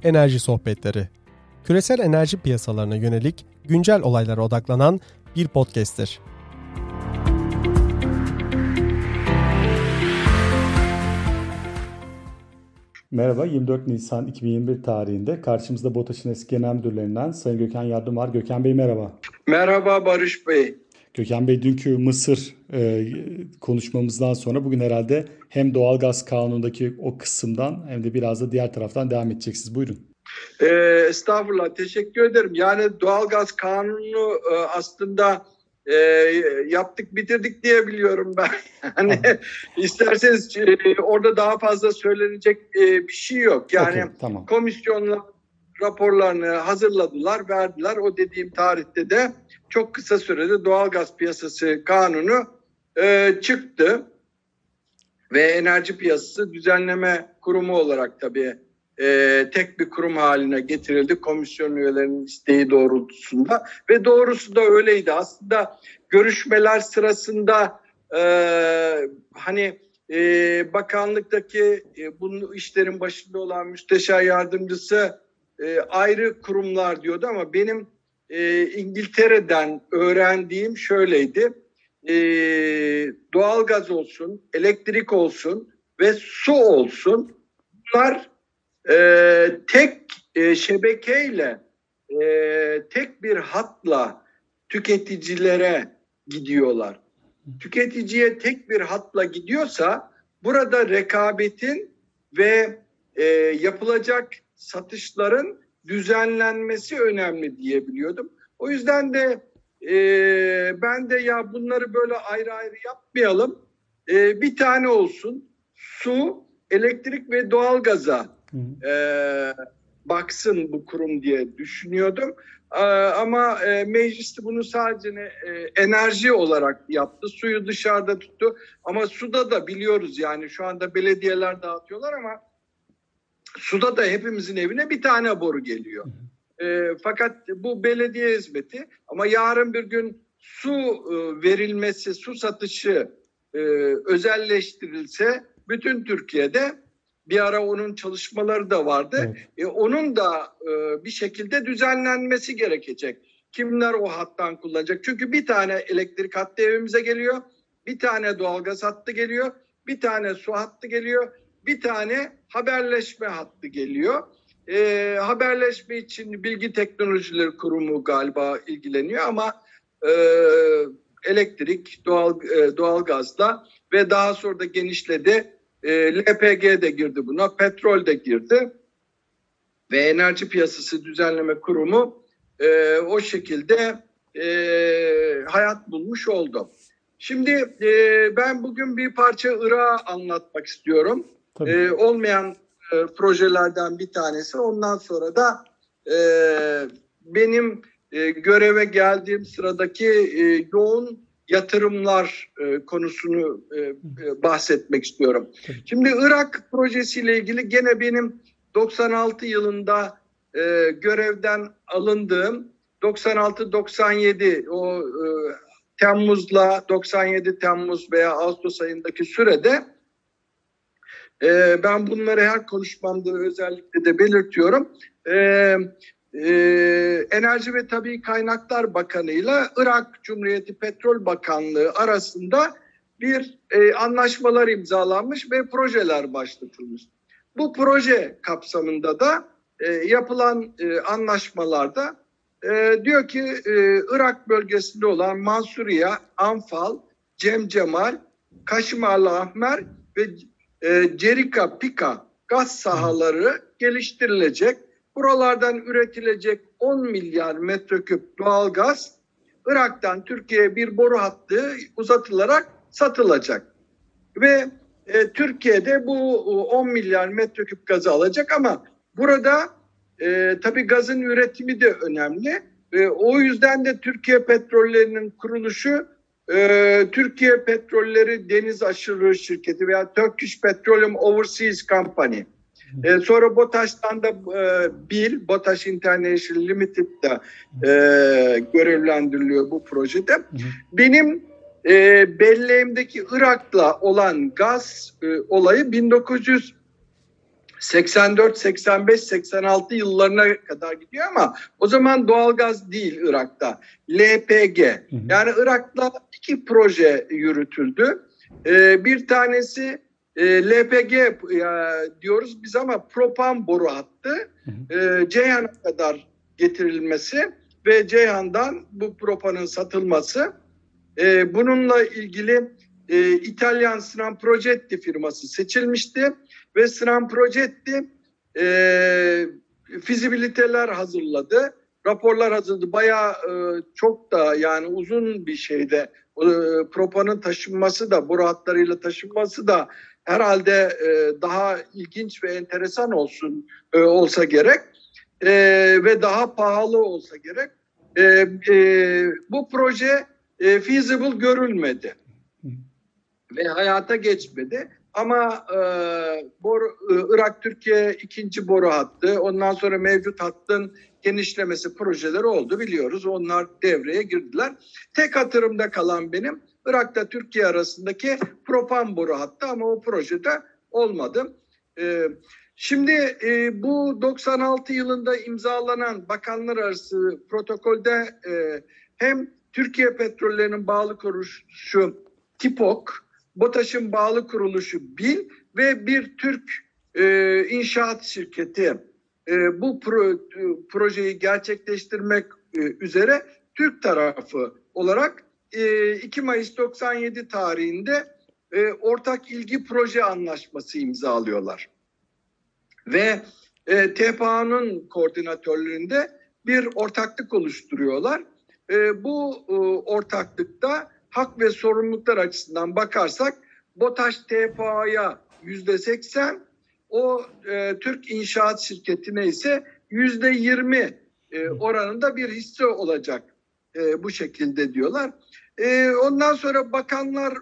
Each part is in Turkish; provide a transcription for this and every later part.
Enerji Sohbetleri. Küresel enerji piyasalarına yönelik güncel olaylara odaklanan bir podcast'tir. Merhaba, 24 Nisan 2021 tarihinde karşımızda BOTAŞ'ın eski genel müdürlerinden Sayın Gökhan Yardım var. Gökhan Bey merhaba. Merhaba Barış Bey. Gökhan Bey, dünkü Mısır konuşmamızdan sonra bugün herhalde hem doğalgaz kanunundaki o kısımdan hem de biraz da diğer taraftan devam edeceksiniz. Buyurun. Estağfurullah, teşekkür ederim. Yani doğalgaz kanunu aslında yaptık bitirdik diye biliyorum ben. Yani isterseniz orada daha fazla söylenecek bir şey yok. Yani okay, tamam. Komisyonlar raporlarını hazırladılar, verdiler. O dediğim tarihte de çok kısa sürede doğalgaz piyasası kanunu çıktı. Ve Enerji Piyasası Düzenleme Kurumu olarak tabii tek bir kurum haline getirildi komisyon üyelerinin isteği doğrultusunda ve doğrusu da öyleydi. Aslında görüşmeler sırasında bakanlıktaki bu işlerin başında olan müsteşar yardımcısı ayrı kurumlar diyordu ama benim İngiltere'den öğrendiğim şöyleydi. Doğalgaz olsun, elektrik olsun ve su olsun, bunlar tek şebekeyle, tek bir hatla tüketicilere gidiyorlar. Tüketiciye tek bir hatla gidiyorsa burada rekabetin ve yapılacak satışların düzenlenmesi önemli diyebiliyordum. O yüzden de ben de ya bunları böyle ayrı ayrı yapmayalım, bir tane olsun, su, elektrik ve doğalgaza baksın bu kurum diye düşünüyordum. Ama mecliste bunu sadece enerji olarak yaptı. Suyu dışarıda tuttu. Ama suda da biliyoruz yani şu anda belediyeler dağıtıyorlar ama suda da hepimizin evine bir tane boru geliyor. Fakat bu belediye hizmeti ama yarın bir gün su verilmesi, su satışı özelleştirilse bütün Türkiye'de bir ara onun çalışmaları da vardı. Evet. Onun da bir şekilde düzenlenmesi gerekecek. Kimler o hattan kullanacak? Çünkü bir tane elektrik hattı evimize geliyor. Bir tane doğalgaz hattı geliyor. Bir tane su hattı geliyor. Bir tane haberleşme hattı geliyor. Haberleşme için Bilgi Teknolojileri Kurumu galiba ilgileniyor ama elektrik, doğalgazla ve daha sonra da genişledi. LPG de girdi buna, petrol de girdi ve Enerji Piyasası Düzenleme Kurumu o şekilde hayat bulmuş oldu. Şimdi ben bugün bir parça Irak'ı anlatmak istiyorum. Olmayan projelerden bir tanesi. Ondan sonra da benim göreve geldiğim sıradaki yoğun yatırımlar konusunu bahsetmek istiyorum. Şimdi Irak projesiyle ilgili gene benim 96 yılında görevden alındığım 96-97 o Temmuz'la 97 Temmuz veya Ağustos ayındaki sürede ben bunları her konuşmamda özellikle de belirtiyorum. Enerji ve Tabii Kaynaklar Bakanı ile Irak Cumhuriyeti Petrol Bakanlığı arasında bir anlaşmalar imzalanmış ve projeler başlatılmış. Bu proje kapsamında da yapılan anlaşmalarda diyor ki Irak bölgesinde olan Mansuriye, Anfal, Cemcemal, Kaşimal Ahmer ve Cerika Pika gaz sahaları geliştirilecek. Buralardan üretilecek 10 milyar metreküp doğalgaz Irak'tan Türkiye'ye bir boru hattı uzatılarak satılacak. Ve Türkiye'de bu 10 milyar metreküp gazı alacak ama burada tabii gazın üretimi de önemli. O yüzden de Türkiye Petrollerinin kuruluşu Türkiye Petrolleri Deniz Aşırı Şirketi veya Turkish Petroleum Overseas Company. Sonra BOTAŞ'tan da BOTAŞ International Limited'da görevlendiriliyor bu projede. Benim belleğimdeki Irak'la olan gaz olayı 84, 85, 86 yıllarına kadar gidiyor ama o zaman doğalgaz değil Irak'ta. LPG. Yani Irak'ta 2 proje yürütüldü. Bir tanesi LPG diyoruz biz ama propan boru hattı. Ceyhan'a kadar getirilmesi ve Ceyhan'dan bu propanın satılması. Bununla ilgili İtalyan Snan Progetti firması seçilmişti ve Snan Progetti fizibiliteler hazırladı, raporlar hazırladı. Bayağı çok da yani uzun bir şeyde propanın taşınması da boru hatlarıyla taşınması da herhalde daha ilginç ve enteresan olsa gerek ve daha pahalı olsa gerek. Bu proje feasible görülmedi ve hayata geçmedi. Ama Irak-Türkiye 2. boru hattı, ondan sonra mevcut hattın genişlemesi projeleri oldu biliyoruz. Onlar devreye girdiler. Tek hatırımda kalan benim Irak'ta Türkiye arasındaki propan boru hattı ama o projede olmadı. Şimdi bu 96 yılında imzalanan bakanlar arası protokolde hem Türkiye Petrollerinin bağlı kuruluşu TİPOK, BOTAŞ'ın bağlı kuruluşu BİL ve bir Türk inşaat şirketi bu projeyi gerçekleştirmek üzere Türk tarafı olarak 2 Mayıs 97 tarihinde ortak ilgi proje anlaşması imzalıyorlar. Ve TPA'nın koordinatörlüğünde bir ortaklık oluşturuyorlar. Bu ortaklıkta hak ve sorumluluklar açısından bakarsak BOTAŞ TPA'ya %80, o Türk inşaat şirketine ise %20 oranında bir hisse olacak bu şekilde diyorlar. Ondan sonra bakanlar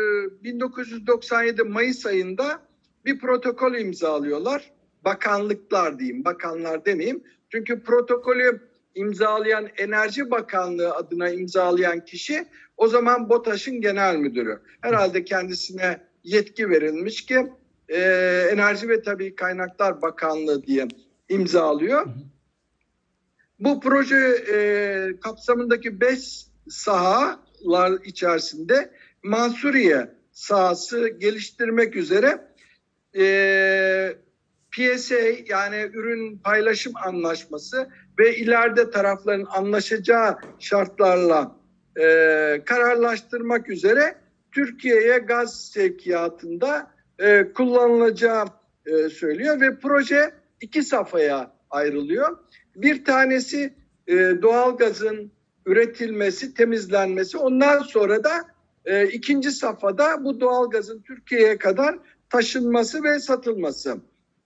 1997 Mayıs ayında bir protokol imzalıyorlar. Bakanlıklar diyeyim, bakanlar demeyeyim. Çünkü protokolü imzalayan Enerji Bakanlığı adına imzalayan kişi o zaman BOTAŞ'ın genel müdürü. Herhalde kendisine yetki verilmiş ki Enerji ve Tabii Kaynaklar Bakanlığı diye imzalıyor. Bu proje kapsamındaki 5 sahalar içerisinde Mansuriye sahası geliştirmek üzere PSA yani ürün paylaşım anlaşması ve ileride tarafların anlaşacağı şartlarla kararlaştırmak üzere Türkiye'ye gaz sevkiyatında kullanılacağı söylüyor ve proje 2 safhaya ayrılıyor. Bir tanesi doğalgazın üretilmesi, temizlenmesi, ondan sonra da 2. safhada bu doğalgazın Türkiye'ye kadar taşınması ve satılması.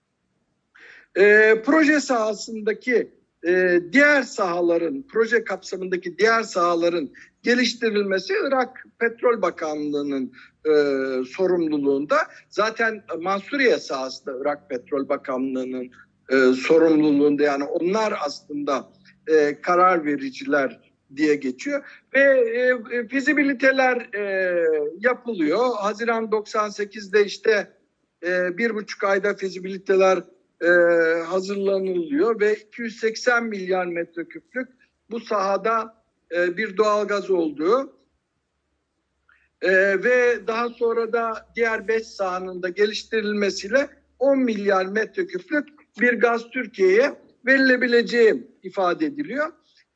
Proje sahasındaki diğer sahaların, proje kapsamındaki diğer sahaların geliştirilmesi Irak Petrol Bakanlığı'nın sorumluluğunda. Zaten Mansuriye sahası da Irak Petrol Bakanlığı'nın sorumluluğunda, yani onlar aslında karar vericiler diye geçiyor ve fizibiliteler yapılıyor. Haziran 98'de işte 1,5 ayda fizibiliteler hazırlanılıyor ve 280 milyar metreküplük bu sahada bir doğalgaz olduğu ve daha sonra da diğer 5 sahanın da geliştirilmesiyle 10 milyar metreküplük bir gaz Türkiye'ye verilebileceği ifade ediliyor.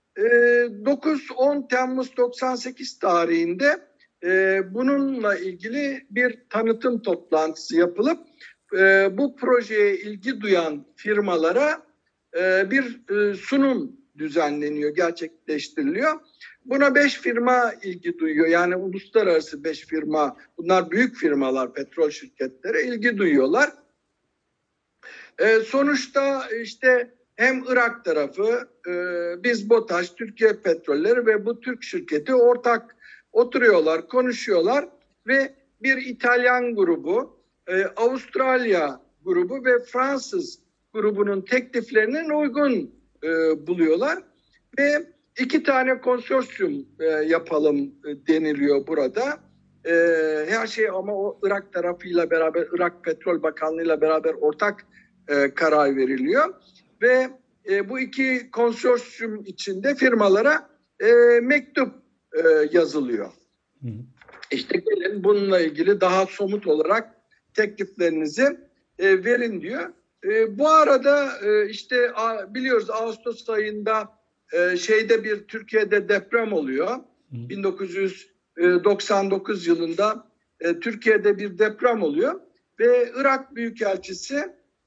9-10 Temmuz 98 tarihinde bununla ilgili bir tanıtım toplantısı yapılıp bu projeye ilgi duyan firmalara bir sunum düzenleniyor, gerçekleştiriliyor. Buna 5 firma ilgi duyuyor. Yani uluslararası 5 firma, bunlar büyük firmalar, petrol şirketleri ilgi duyuyorlar. Sonuçta işte hem Irak tarafı, biz BOTAŞ, Türkiye Petrolleri ve bu Türk şirketi ortak oturuyorlar, konuşuyorlar ve bir İtalyan grubu, Avustralya grubu ve Fransız grubunun tekliflerinin uygun buluyorlar ve 2 tane konsorsiyum yapalım deniliyor burada. Her şey ama o Irak tarafıyla beraber, Irak Petrol Bakanlığı'yla beraber ortak karar veriliyor ve bu iki konsorsiyum içinde firmalara mektup yazılıyor. İşte gelin bununla ilgili daha somut olarak tekliflerinizi verin diyor. Bu arada işte biliyoruz Ağustos ayında Türkiye'de deprem oluyor. 1999 yılında Türkiye'de bir deprem oluyor ve Irak Büyükelçisi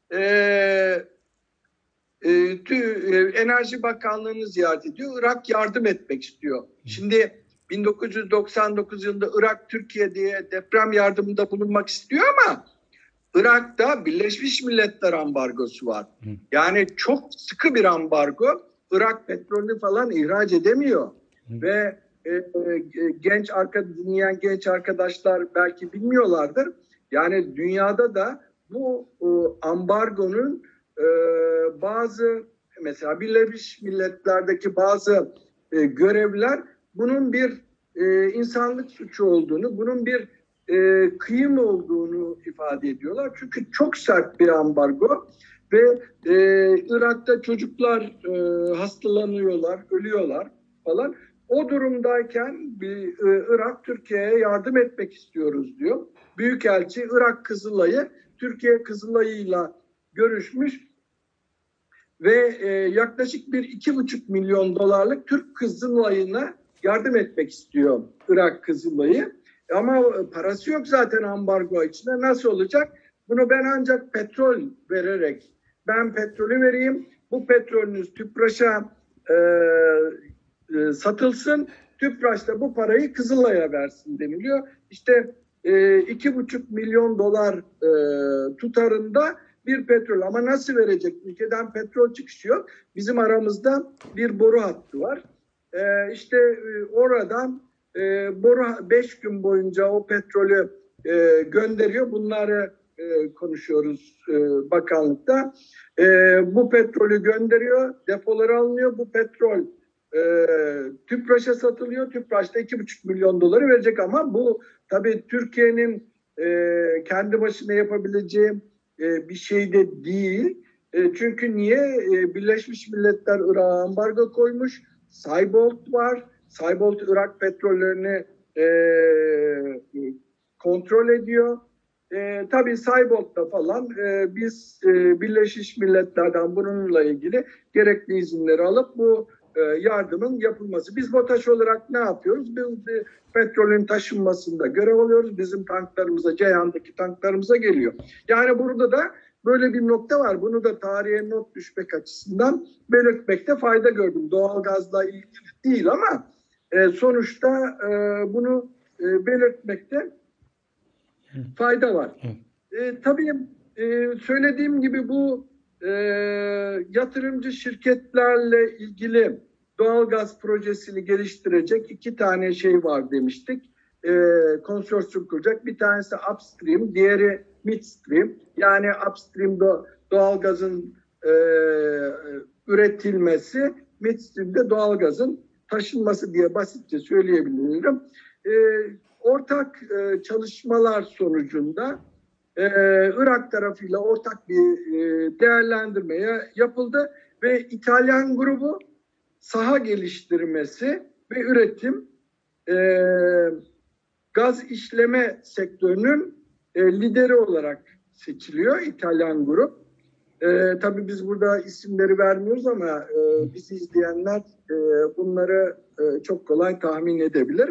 Enerji Bakanlığı'nı ziyaret ediyor. Irak yardım etmek istiyor. Şimdi 1999 yılında Irak Türkiye'ye deprem yardımında bulunmak istiyor ama Irak'ta Birleşmiş Milletler ambargosu var. Yani çok sıkı bir ambargo. Irak petrolünü falan ihraç edemiyor. Ve dinleyen genç arkadaşlar belki bilmiyorlardır. Yani dünyada da bu ambargonun bazı mesela Birleşmiş Milletler'deki bazı görevler bunun bir insanlık suçu olduğunu, bunun bir kıyım olduğunu ifade ediyorlar. Çünkü çok sert bir ambargo ve Irak'ta çocuklar hastalanıyorlar, ölüyorlar falan. O durumdayken Irak Türkiye'ye yardım etmek istiyoruz diyor. Büyükelçi Irak Kızılay'ı Türkiye Kızılay'ıyla görüşmüş ve yaklaşık $2,5 milyon Türk Kızılay'ına yardım etmek istiyor Irak Kızılay'ı. Ama parası yok zaten ambargo içinde. Nasıl olacak? Bunu ben ancak petrol vererek, ben petrolü vereyim, bu petrolünüz TÜPRAŞ'a satılsın, TÜPRAŞ da bu parayı Kızılay'a versin deniliyor. İşte $2,5 milyon tutarında bir petrol. Ama nasıl verecek? Ülkeden petrol çıkışı yok. Bizim aramızda bir boru hattı var. Oradan boru 5 gün boyunca o petrolü gönderiyor. Bunları konuşuyoruz bakanlıkta. Bu petrolü gönderiyor, depoları alınıyor. Bu petrol TÜPRAŞ'a satılıyor. TÜPRAŞ da $2,5 milyon verecek ama bu tabii Türkiye'nin kendi başına yapabileceği bir şey de değil. Çünkü niye? Birleşmiş Milletler Irak'a ambargo koymuş. Saybolt var. Saybolt Irak petrollerini kontrol ediyor. Tabii Saybolt'ta falan biz Birleşmiş Milletler'den bununla ilgili gerekli izinleri alıp bu yardımın yapılması. Biz BOTAŞ olarak ne yapıyoruz? Biz petrolün taşınmasında görev alıyoruz. Bizim tanklarımıza, Ceyhan'daki tanklarımıza geliyor. Yani burada da böyle bir nokta var. Bunu da tarihe not düşmek açısından belirtmekte fayda gördüm. Doğalgazla ilgili değil ama sonuçta bunu belirtmekte fayda var. Tabii söylediğim gibi bu yatırımcı şirketlerle ilgili doğalgaz projesini geliştirecek 2 tane şey var demiştik. Konsorsiyum kuracak. Bir tanesi upstream, diğeri midstream. Yani upstream doğalgazın üretilmesi, midstream'de doğalgazın taşınması diye basitçe söyleyebilirim. Ortak çalışmalar sonucunda Irak tarafıyla ortak bir değerlendirmeye yapıldı ve İtalyan grubu saha geliştirmesi ve üretim gaz işleme sektörünün lideri olarak seçiliyor İtalyan grup. Tabii biz burada isimleri vermiyoruz ama bizi izleyenler bunları çok kolay tahmin edebilir.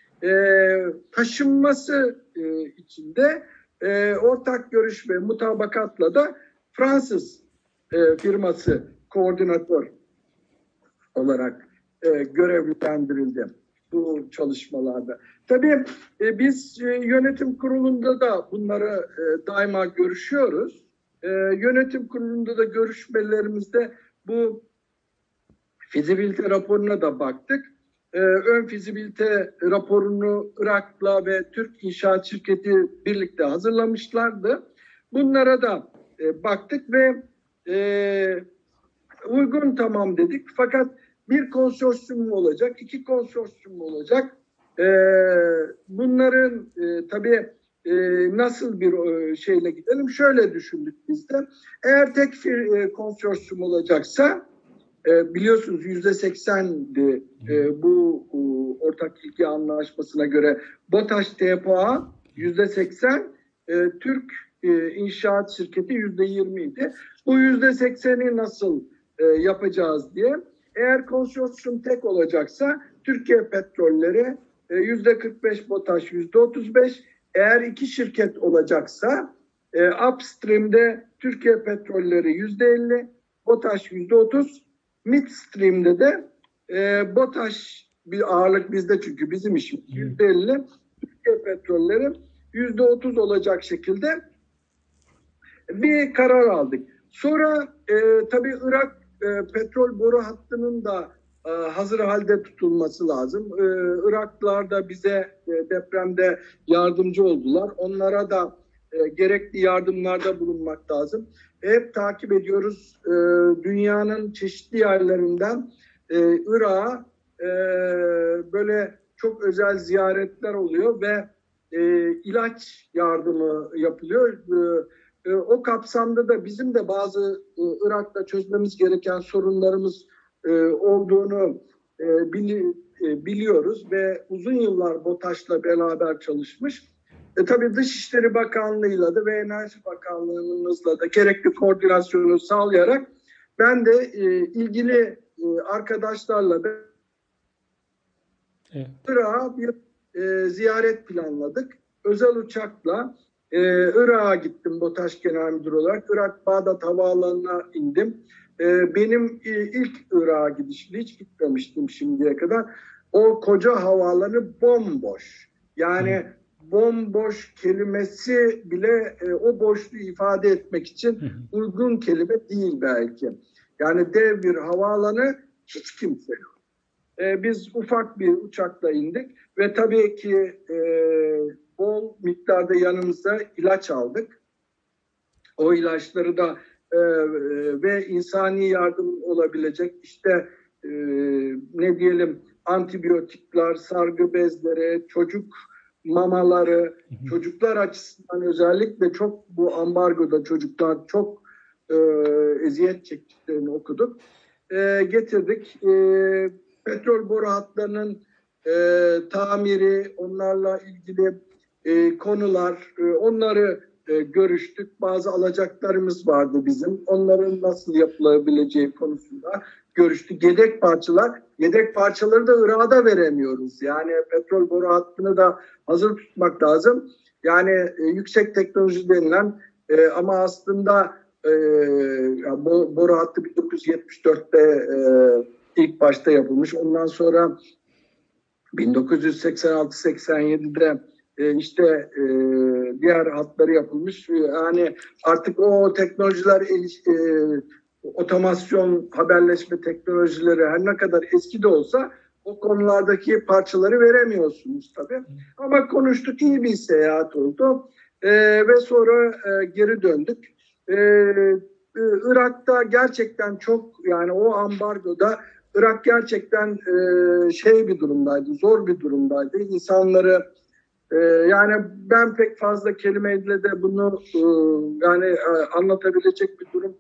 Taşınması içinde ortak görüş ve mutabakatla da Fransız firması koordinatör olarak görevlendirildi bu çalışmalarda. Tabii biz yönetim kurulunda da bunları daima görüşüyoruz. Yönetim kurulunda da görüşmelerimizde bu fizibilite raporuna da baktık. Ön fizibilite raporunu Irak'la ve Türk İnşaat Şirketi birlikte hazırlamışlardı. Bunlara da baktık ve uygun tamam dedik. Fakat bir konsorsiyum olacak, 2 konsorsiyum olacak. Bunların tabii nasıl bir şeyle gidelim? Şöyle düşündük biz de. Eğer tek bir konsorsiyum olacaksa, biliyorsunuz %80'di bu ortak ilgi anlaşmasına göre BOTAŞ TPA %80, Türk İnşaat Şirketi %20 idi. Bu %80'i nasıl yapacağız diye. Eğer konsorsiyum tek olacaksa Türkiye Petrolleri %45, BOTAŞ %35. Eğer iki şirket olacaksa upstream'de Türkiye Petrolleri %50, BOTAŞ %30. Midstream'de de BOTAŞ, bir ağırlık bizde çünkü bizim işimiz %50, Türkiye Petrolleri %30 olacak şekilde bir karar aldık. Sonra tabii Irak petrol boru hattının da hazır halde tutulması lazım. Iraklılar da bize depremde yardımcı oldular. Onlara da gerekli yardımlarda bulunmak lazım. Hep takip ediyoruz. Dünyanın çeşitli yerlerinden Irak'a böyle çok özel ziyaretler oluyor ve ilaç yardımı yapılıyor. O kapsamda da bizim de bazı Irak'ta çözmemiz gereken sorunlarımız olduğunu biliyoruz ve uzun yıllar BOTAŞ'la beraber çalışmış. Tabii Dışişleri Bakanlığı'yla da ve Enerji Bakanlığı'mızla da gerekli koordinasyonu sağlayarak ben de ilgili arkadaşlarla da Irak'a bir ziyaret planladık. Özel uçakla Irak'a gittim BOTAŞ Genel Müdürü olarak. Irak Bağdat Havaalanı'na indim. Benim ilk Irak'a gidişim, hiç gitmemiştim şimdiye kadar. O koca havaalanı bomboş. Yani bomboş kelimesi bile o boşluğu ifade etmek için uygun kelime değil belki. Yani dev bir havaalanı, hiç kimse yok. Biz ufak bir uçakla indik ve tabii ki bol miktarda yanımıza ilaç aldık. O ilaçları da ve insani yardım olabilecek işte ne diyelim antibiyotikler, sargı bezleri, çocuk mamaları, çocuklar açısından özellikle çok bu ambargoda çocuklar çok eziyet çektiklerini okuduk. Getirdik. Petrol boru hatlarının tamiri, onlarla ilgili konular, onları görüştük. Bazı alacaklarımız vardı bizim. Onların nasıl yapılabileceği konusunda görüştük. Yedek parçaları da Irak'a da veremiyoruz. Yani petrol boru hattını da hazır tutmak lazım. Yani yüksek teknoloji denilen ama aslında boru hattı 1974'te ilk başta yapılmış. Ondan sonra 1986-87'de işte diğer hatları yapılmış. Yani artık o teknolojiler, otomasyon, haberleşme teknolojileri her ne kadar eski de olsa o konulardaki parçaları veremiyorsunuz tabii. Ama konuştuk, iyi bir seyahat oldu. Ve sonra geri döndük. Irak'ta gerçekten çok, yani o ambargoda Irak gerçekten bir durumdaydı, zor bir durumdaydı. İnsanları yani ben pek fazla kelimeyle de bunu yani anlatabilecek bir durum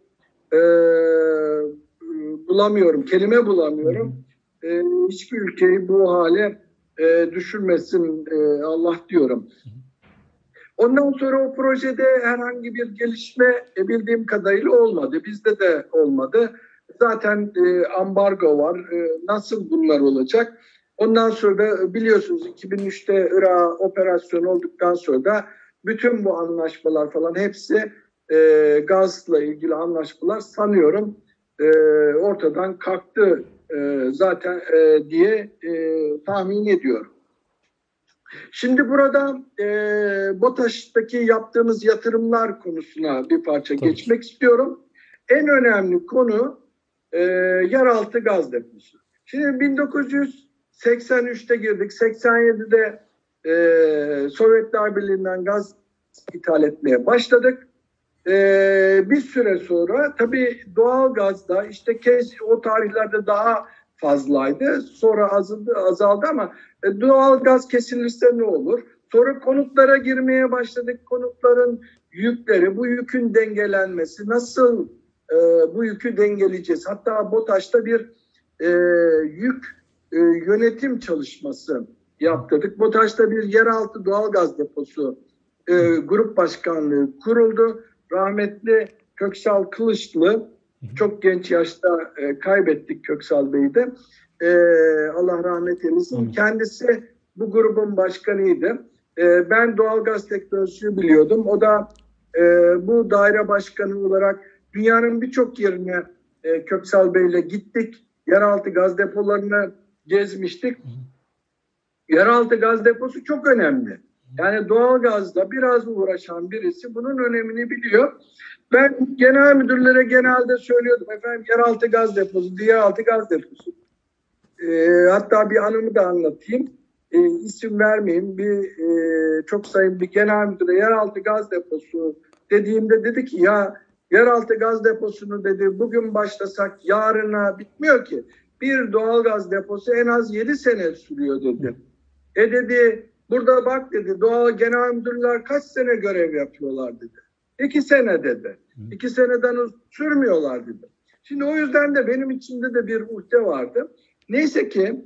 bulamıyorum, kelime bulamıyorum. Hiçbir ülkeyi bu hale düşürmesin Allah diyorum. Ondan sonra o projede herhangi bir gelişme bildiğim kadarıyla olmadı. Bizde de olmadı. Zaten ambargo var. Nasıl bunlar olacak? Ondan sonra da biliyorsunuz 2003'te Irak operasyonu olduktan sonra da bütün bu anlaşmalar falan hepsi gazla ilgili anlaşmalar sanıyorum ortadan kalktı zaten diye tahmin ediyorum. Şimdi burada BOTAŞ'taki yaptığımız yatırımlar konusuna bir parça geçmek istiyorum. En önemli konu yeraltı gaz deposu. Şimdi 1983'te girdik, 87'de Sovyetler Birliği'nden gaz ithal etmeye başladık. Bir süre sonra tabii doğal gazda işte o tarihlerde daha fazlaydı. Sonra azaldı ama Doğal gaz kesilirse ne olur? Sonra konutlara girmeye başladık. Konutların yükleri, bu yükün dengelenmesi, nasıl bu yükü dengeleyeceğiz? Hatta BOTAŞ'ta bir yük yönetim çalışması yaptırdık. BOTAŞ'ta bir yeraltı doğalgaz deposu grup başkanlığı kuruldu. Rahmetli Köksal Kılıçlı, çok genç yaşta kaybettik Köksal Bey'i de. Allah rahmet eylesin. Kendisi bu grubun başkanıydı. Ben doğalgaz teknolojisini biliyordum. O da bu daire başkanı olarak dünyanın birçok yerine Köksal Bey'le gittik. Yeraltı gaz depolarını gezmiştik. Yeraltı gaz deposu çok önemli. Yani doğalgazla biraz uğraşan birisi bunun önemini biliyor. Ben genel müdürlere genelde söylüyordum, efendim yeraltı gaz deposu, yeraltı gaz deposu. Hatta bir anımı da anlatayım. İsim vermeyeyim. Çok sayın bir genel müdüre yeraltı gaz deposu dediğimde dedi ki ya yeraltı gaz deposunu dedi bugün başlasak yarına bitmiyor ki. Bir doğalgaz deposu en az 7 sene sürüyor dedi. Dedi burada bak dedi doğal genel müdürler kaç sene görev yapıyorlar dedi. 2 sene dedi. 2 seneden sürmüyorlar dedi. Şimdi o yüzden de benim içimde de bir uhde vardı. Neyse ki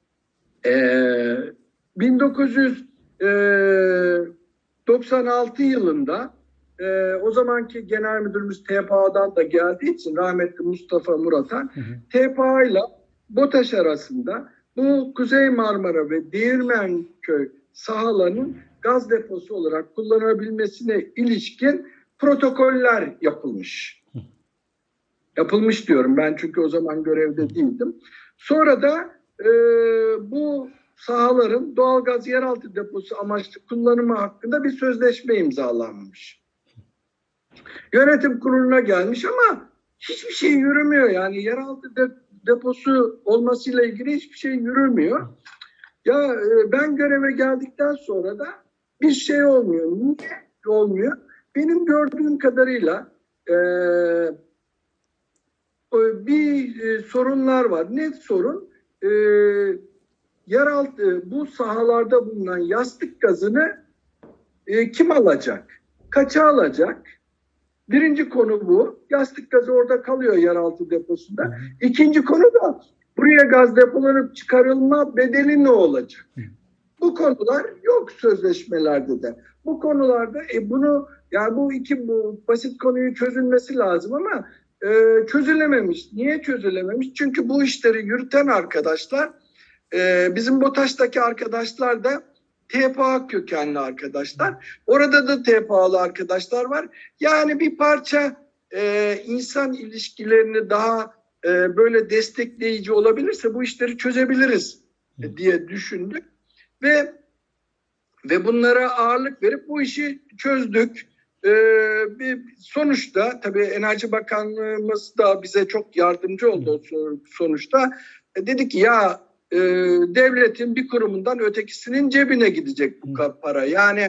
1996 yılında o zamanki genel müdürümüz TPA'dan da geldiği için rahmetli Mustafa Muratan, TPA ile BOTAŞ arasında bu Kuzey Marmara ve Değirmenköy sahalarının gaz deposu olarak kullanabilmesine ilişkin protokoller yapılmış. Yapılmış diyorum ben çünkü o zaman görevde değildim. Sonra da bu sahaların doğalgaz yeraltı deposu amaçlı kullanımı hakkında bir sözleşme imzalanmış. Yönetim kuruluna gelmiş ama hiçbir şey yürümüyor. Yani yeraltı deposu olmasıyla ilgili hiçbir şey yürümüyor. Ya ben göreve geldikten sonra da bir şey olmuyor. Niye olmuyor? Benim gördüğüm kadarıyla bir sorunlar var. Ne sorun? Yeraltı bu sahalarda bulunan yastık gazını kim alacak? Kaça alacak? Birinci konu bu. Yastık gazı orada kalıyor yeraltı deposunda. İkinci konu da buraya gaz depolanıp çıkarılma bedeli ne olacak? Bu konular yok sözleşmelerde de. Bu konularda bunu yani bu basit konuyu çözülmesi lazım ama çözülememiş. Niye çözülememiş? Çünkü bu işleri yürüten arkadaşlar bizim BOTAŞ'taki arkadaşlar da TPA kökenli arkadaşlar. Orada da TPA'lı arkadaşlar var. Yani bir parça insan ilişkilerini daha böyle destekleyici olabilirse bu işleri çözebiliriz diye düşündük. Ve bunlara ağırlık verip bu işi çözdük. Sonuçta tabii Enerji Bakanlığımız da bize çok yardımcı oldu sonuçta. Dedi ki ya devletin bir kurumundan ötekisinin cebine gidecek bu para. Yani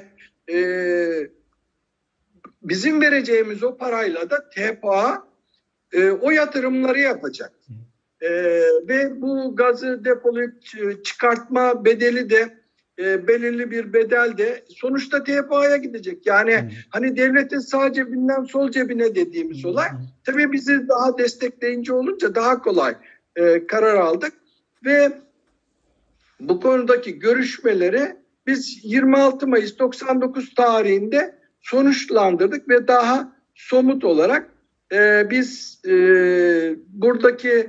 bizim vereceğimiz o parayla da TPA o yatırımları yapacak. Ve bu gazı depolayıp çıkartma bedeli de belirli bir bedel de sonuçta TPA'ya gidecek. Yani hani devletin sağ cebinden sol cebine dediğimiz olay. Tabii bizi daha destekleyince olunca daha kolay karar aldık ve bu konudaki görüşmeleri biz 26 Mayıs 99 tarihinde sonuçlandırdık ve daha somut olarak biz buradaki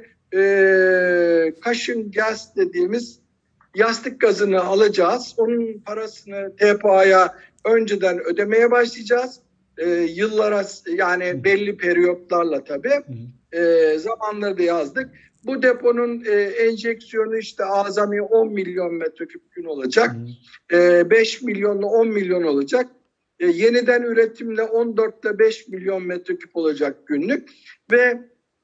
Kaşın gaz dediğimiz yastık gazını alacağız. Onun parasını TPA'ya önceden ödemeye başlayacağız. Yıllara yani belli periyotlarla tabii. Zamanları da yazdık. Bu deponun enjeksiyonu işte azami 10 milyon metreküp gün olacak. 5 milyonla 10 milyon olacak. Yeniden üretimle 14 ile 5 milyon metreküp olacak günlük. Ve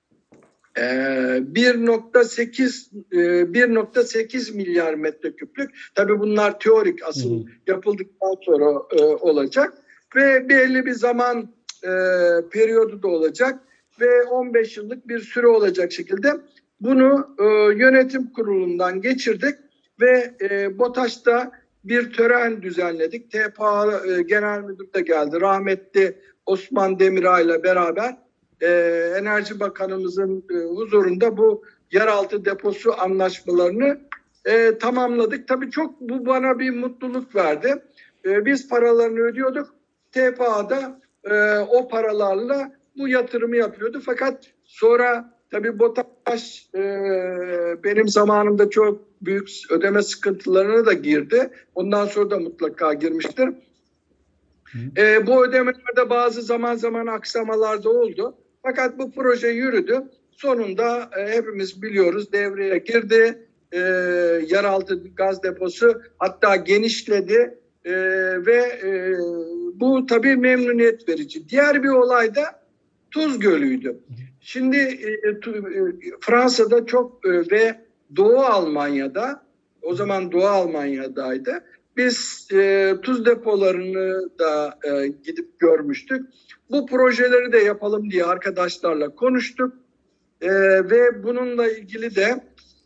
1.8 milyar metreküplük. Tabii bunlar teorik asıl yapıldıktan sonra olacak. Ve belli bir zaman periyodu da olacak. Ve 15 yıllık bir süre olacak şekilde bunu yönetim kurulundan geçirdik. ve BOTAŞ'ta bir tören düzenledik. TPA Genel Müdürü de geldi. Rahmetli Osman Demirağ ile beraber Enerji Bakanımızın huzurunda bu yeraltı deposu anlaşmalarını tamamladık. Tabii çok bu bana bir mutluluk verdi. Biz paralarını ödüyorduk. TPA'da o paralarla bu yatırımı yapıyordu. Fakat sonra tabii BOTAŞ benim zamanımda çok büyük ödeme sıkıntılarına da girdi. Ondan sonra da mutlaka girmiştir. Bu ödemelerde bazı zaman aksamalar da oldu. Fakat bu proje yürüdü. Sonunda hepimiz biliyoruz devreye girdi. Yeraltı gaz deposu hatta genişledi ve bu tabii memnuniyet verici. Diğer bir olay da Tuz Gölü'ydü. Şimdi Fransa'da çok ve Doğu Almanya'da, o zaman Doğu Almanya'daydı. Biz tuz depolarını da gidip görmüştük. Bu projeleri de yapalım diye arkadaşlarla konuştuk. Ve bununla ilgili de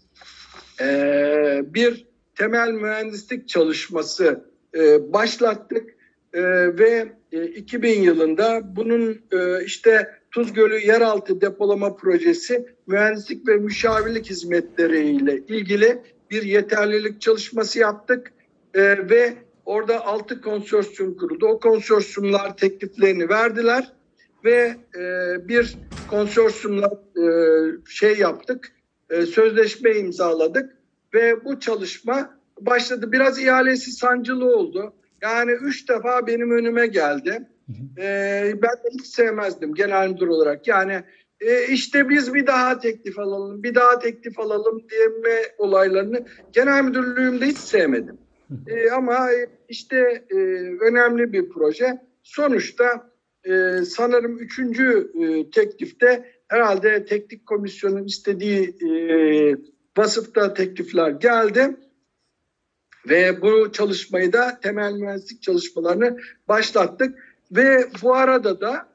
bir temel mühendislik çalışması başlattık. Ve 2000 yılında bunun işte Tuz Gölü Yeraltı Depolama Projesi mühendislik ve müşavirlik hizmetleriyle ilgili bir yeterlilik çalışması yaptık. Ve orada 6 konsorsiyum kuruldu. O konsorsiyumlar tekliflerini verdiler ve bir konsorsiyumla yaptık, sözleşme imzaladık ve bu çalışma başladı. Biraz ihalesi sancılı oldu. Yani 3 defa benim önüme geldi. Ben de hiç sevmezdim genel müdür olarak. Yani işte biz bir daha teklif alalım diyeme olaylarını genel müdürlüğümde hiç sevmedim. Ama işte önemli bir proje. Sonuçta sanırım 3. teklifte herhalde teknik komisyonun istediği vasıfta teklifler geldi. Ve bu çalışmayı da temel mühendislik çalışmalarını başlattık. Ve bu arada da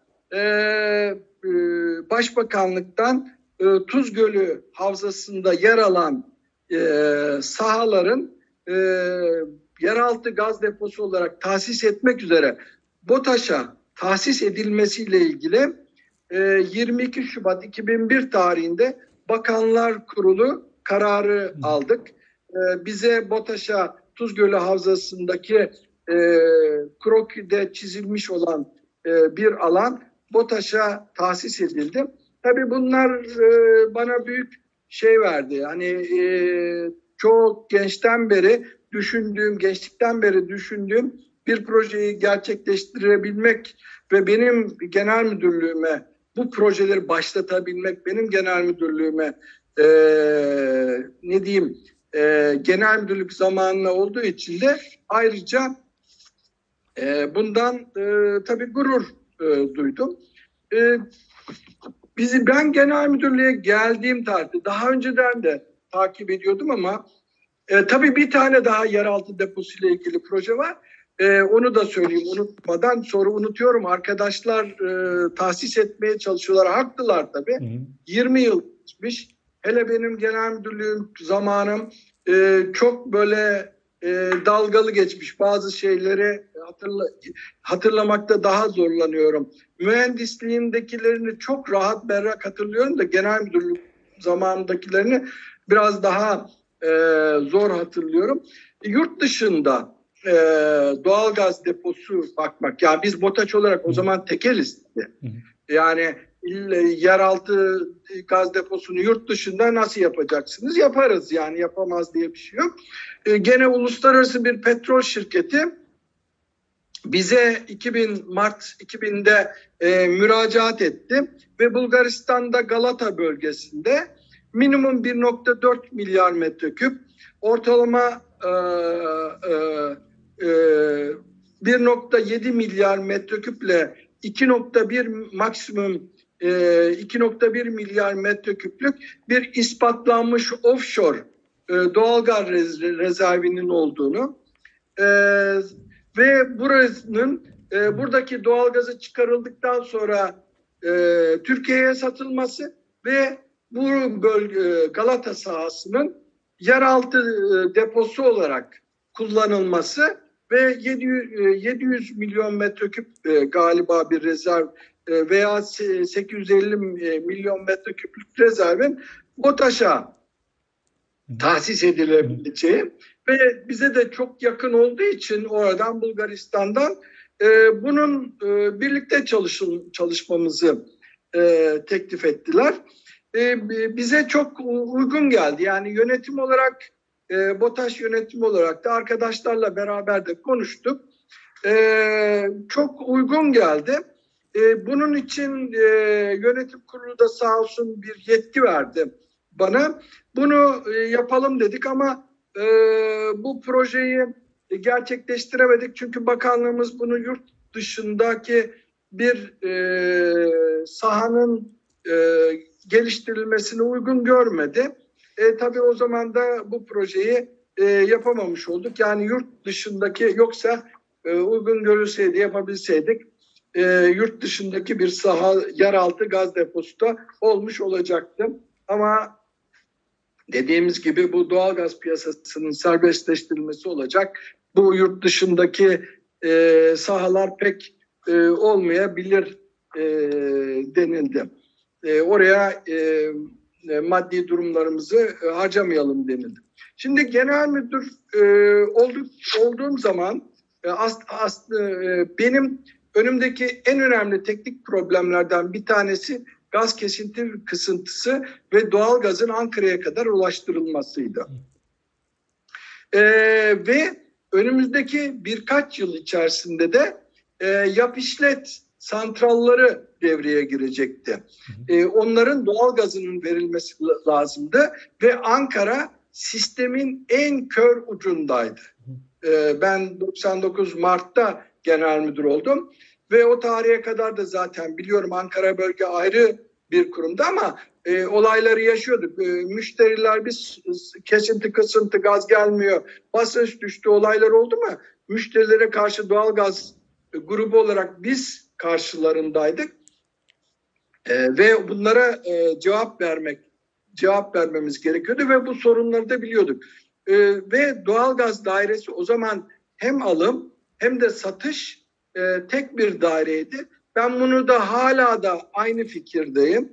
Başbakanlıktan Tuz Gölü Havzası'nda yer alan sahaların yeraltı gaz deposu olarak tahsis etmek üzere BOTAŞ'a tahsis edilmesiyle ilgili 22 Şubat 2001 tarihinde Bakanlar Kurulu kararı aldık. Bize BOTAŞ'a Tuz Gölü Havzası'ndaki krokide çizilmiş olan bir alan BOTAŞ'a tahsis edildi. Tabii bunlar bana büyük şey verdi. Hani çok gençlikten beri düşündüğüm bir projeyi gerçekleştirebilmek ve benim genel müdürlüğüme bu projeleri başlatabilmek, benim genel müdürlüğüme genel müdürlük zamanına olduğu için de ayrıca bundan tabii gurur duydum. Ben genel müdürlüğe geldiğim tarihte daha önceden de takip ediyordum ama tabii bir tane daha yeraltı deposu ile ilgili proje var. Onu da söyleyeyim unutmadan, sonra unutuyorum. Arkadaşlar tahsis etmeye çalışıyorlar. Haklılar tabii. 20 yıl geçmiş. Hele benim genel müdürlüğüm zamanım çok böyle dalgalı geçmiş. Bazı şeyleri hatırlamakta daha zorlanıyorum. Mühendisliğimdekilerini çok rahat berrak hatırlıyorum da genel müdürlük zamanındakilerini biraz daha zor hatırlıyorum. Yurt dışında doğalgaz deposu bakmak. Yani biz BOTAŞ olarak o zaman tekeliz. Yani yeraltı gaz deposunu yurt dışında nasıl yapacaksınız? Yaparız yani, yapamaz diye bir şey yok. Gene uluslararası bir petrol şirketi bize Mart 2000'de müracaat etti ve Bulgaristan'da Galata bölgesinde minimum 1.4 milyar metreküp, ortalama 1.7 milyar metreküple 2.1 maksimum 2.1 milyar metreküplük bir ispatlanmış offshore doğalgaz rezervinin olduğunu ve buradaki doğalgazı çıkarıldıktan sonra Türkiye'ye satılması ve bu Galata sahasının yeraltı deposu olarak kullanılması ve 700 milyon metreküp galiba bir rezerv veya 850 milyon metreküplük rezervin BOTAŞ'a tahsis edilebileceği ve bize de çok yakın olduğu için oradan Bulgaristan'dan bunun birlikte çalışmamızı teklif ettiler. Bize çok uygun geldi. Yani yönetim olarak, BOTAŞ yönetim olarak da arkadaşlarla beraber de konuştuk. Çok uygun geldi. Bunun için yönetim kurulu da sağ olsun bir yetki verdi bana. Bunu yapalım dedik ama bu projeyi gerçekleştiremedik. Çünkü bakanlığımız bunu yurt dışındaki bir sahanın geliştirilmesine uygun görmedi. Tabii o zaman da bu projeyi yapamamış olduk. Yani yurt dışındaki, yoksa uygun görülseydi, yapabilseydik yurt dışındaki bir saha, yeraltı gaz deposu da olmuş olacaktı. Ama dediğimiz gibi bu doğalgaz piyasasının serbestleştirilmesi olacak. Bu yurt dışındaki sahalar pek olmayabilir denildi. Oraya maddi durumlarımızı harcamayalım denildi. Şimdi genel müdür olduğum zaman benim önümdeki en önemli teknik problemlerden bir tanesi gaz kesinti kısıntısı ve doğalgazın Ankara'ya kadar ulaştırılmasıydı. Ve önümüzdeki birkaç yıl içerisinde de yap işlet santralları devreye girecekti. Onların doğalgazının verilmesi lazımdı ve Ankara sistemin en kör ucundaydı. Ben 99 Mart'ta genel müdür oldum ve o tarihe kadar da zaten biliyorum Ankara bölge ayrı bir kurumda ama olayları yaşıyorduk. Müşteriler biz kesinti kısıntı gaz gelmiyor, basınç düştü olaylar oldu mu? Müşterilere karşı doğalgaz grubu olarak biz karşılarındaydık ve bunlara cevap vermemiz gerekiyordu ve bu sorunları da biliyorduk. Ve doğalgaz dairesi o zaman hem alım hem de satış tek bir daireydi. Ben bunu da hala da aynı fikirdeyim.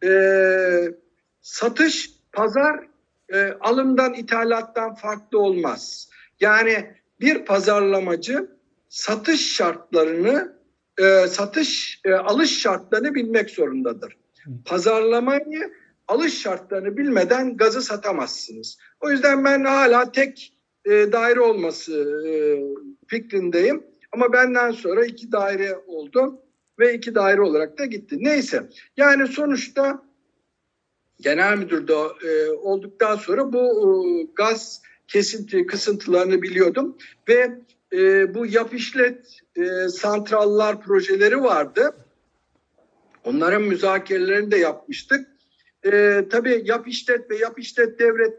Satış, pazar alımdan, ithalattan farklı olmaz. Yani bir pazarlamacı satış şartlarını, alış şartlarını bilmek zorundadır. Pazarlamayı, alış şartlarını bilmeden gazı satamazsınız. O yüzden ben hala tek daire olması fikrindeyim. Ama benden sonra 2 daire oldu ve 2 daire olarak da gitti. Neyse, yani sonuçta genel müdürde olduktan sonra bu gaz kesinti kısıntılarını biliyordum ve bu yap işlet santrallar projeleri vardı. Onların müzakerelerini de yapmıştık. Tabii yap işlet ve yap işlet devlet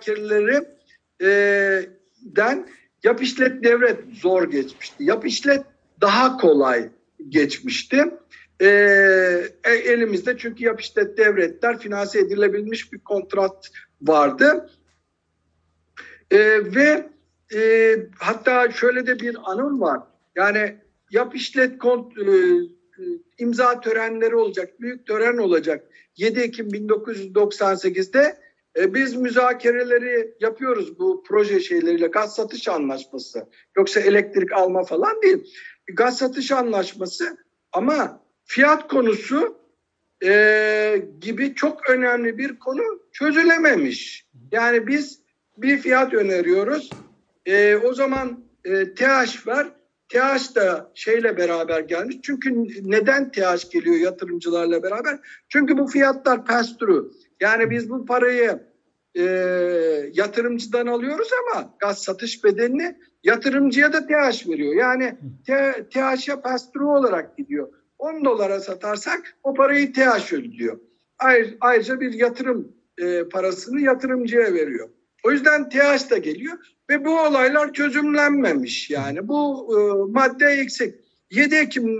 müzakerelerinden yap işlet devlet zor geçmişti. Yap işlet daha kolay geçmişti. Elimizde çünkü yap işlet devletler finanse edilebilmiş bir kontrat vardı. Ve hatta şöyle de bir anım var. Yani yap işlet imza törenleri olacak, büyük tören olacak. 7 Ekim 1998'de biz müzakereleri yapıyoruz bu proje şeyleriyle, gaz satış anlaşması. Yoksa elektrik alma falan değil. Gaz satış anlaşması ama fiyat konusu gibi çok önemli bir konu çözülememiş. Yani biz bir fiyat öneriyoruz. O zaman TH var. TH da şeyle beraber gelmiş. Çünkü neden TH geliyor yatırımcılarla beraber? Çünkü bu fiyatlar pass-through. Yani biz bu parayı yatırımcıdan alıyoruz ama gaz satış bedelini yatırımcıya da TH veriyor. Yani TH'ya pass-through olarak gidiyor. 10 dolara satarsak o parayı TH ödüyor. Ayrıca bir yatırım parasını yatırımcıya veriyor. O yüzden TH da geliyor ve bu olaylar çözümlenmemiş. Yani bu madde eksik.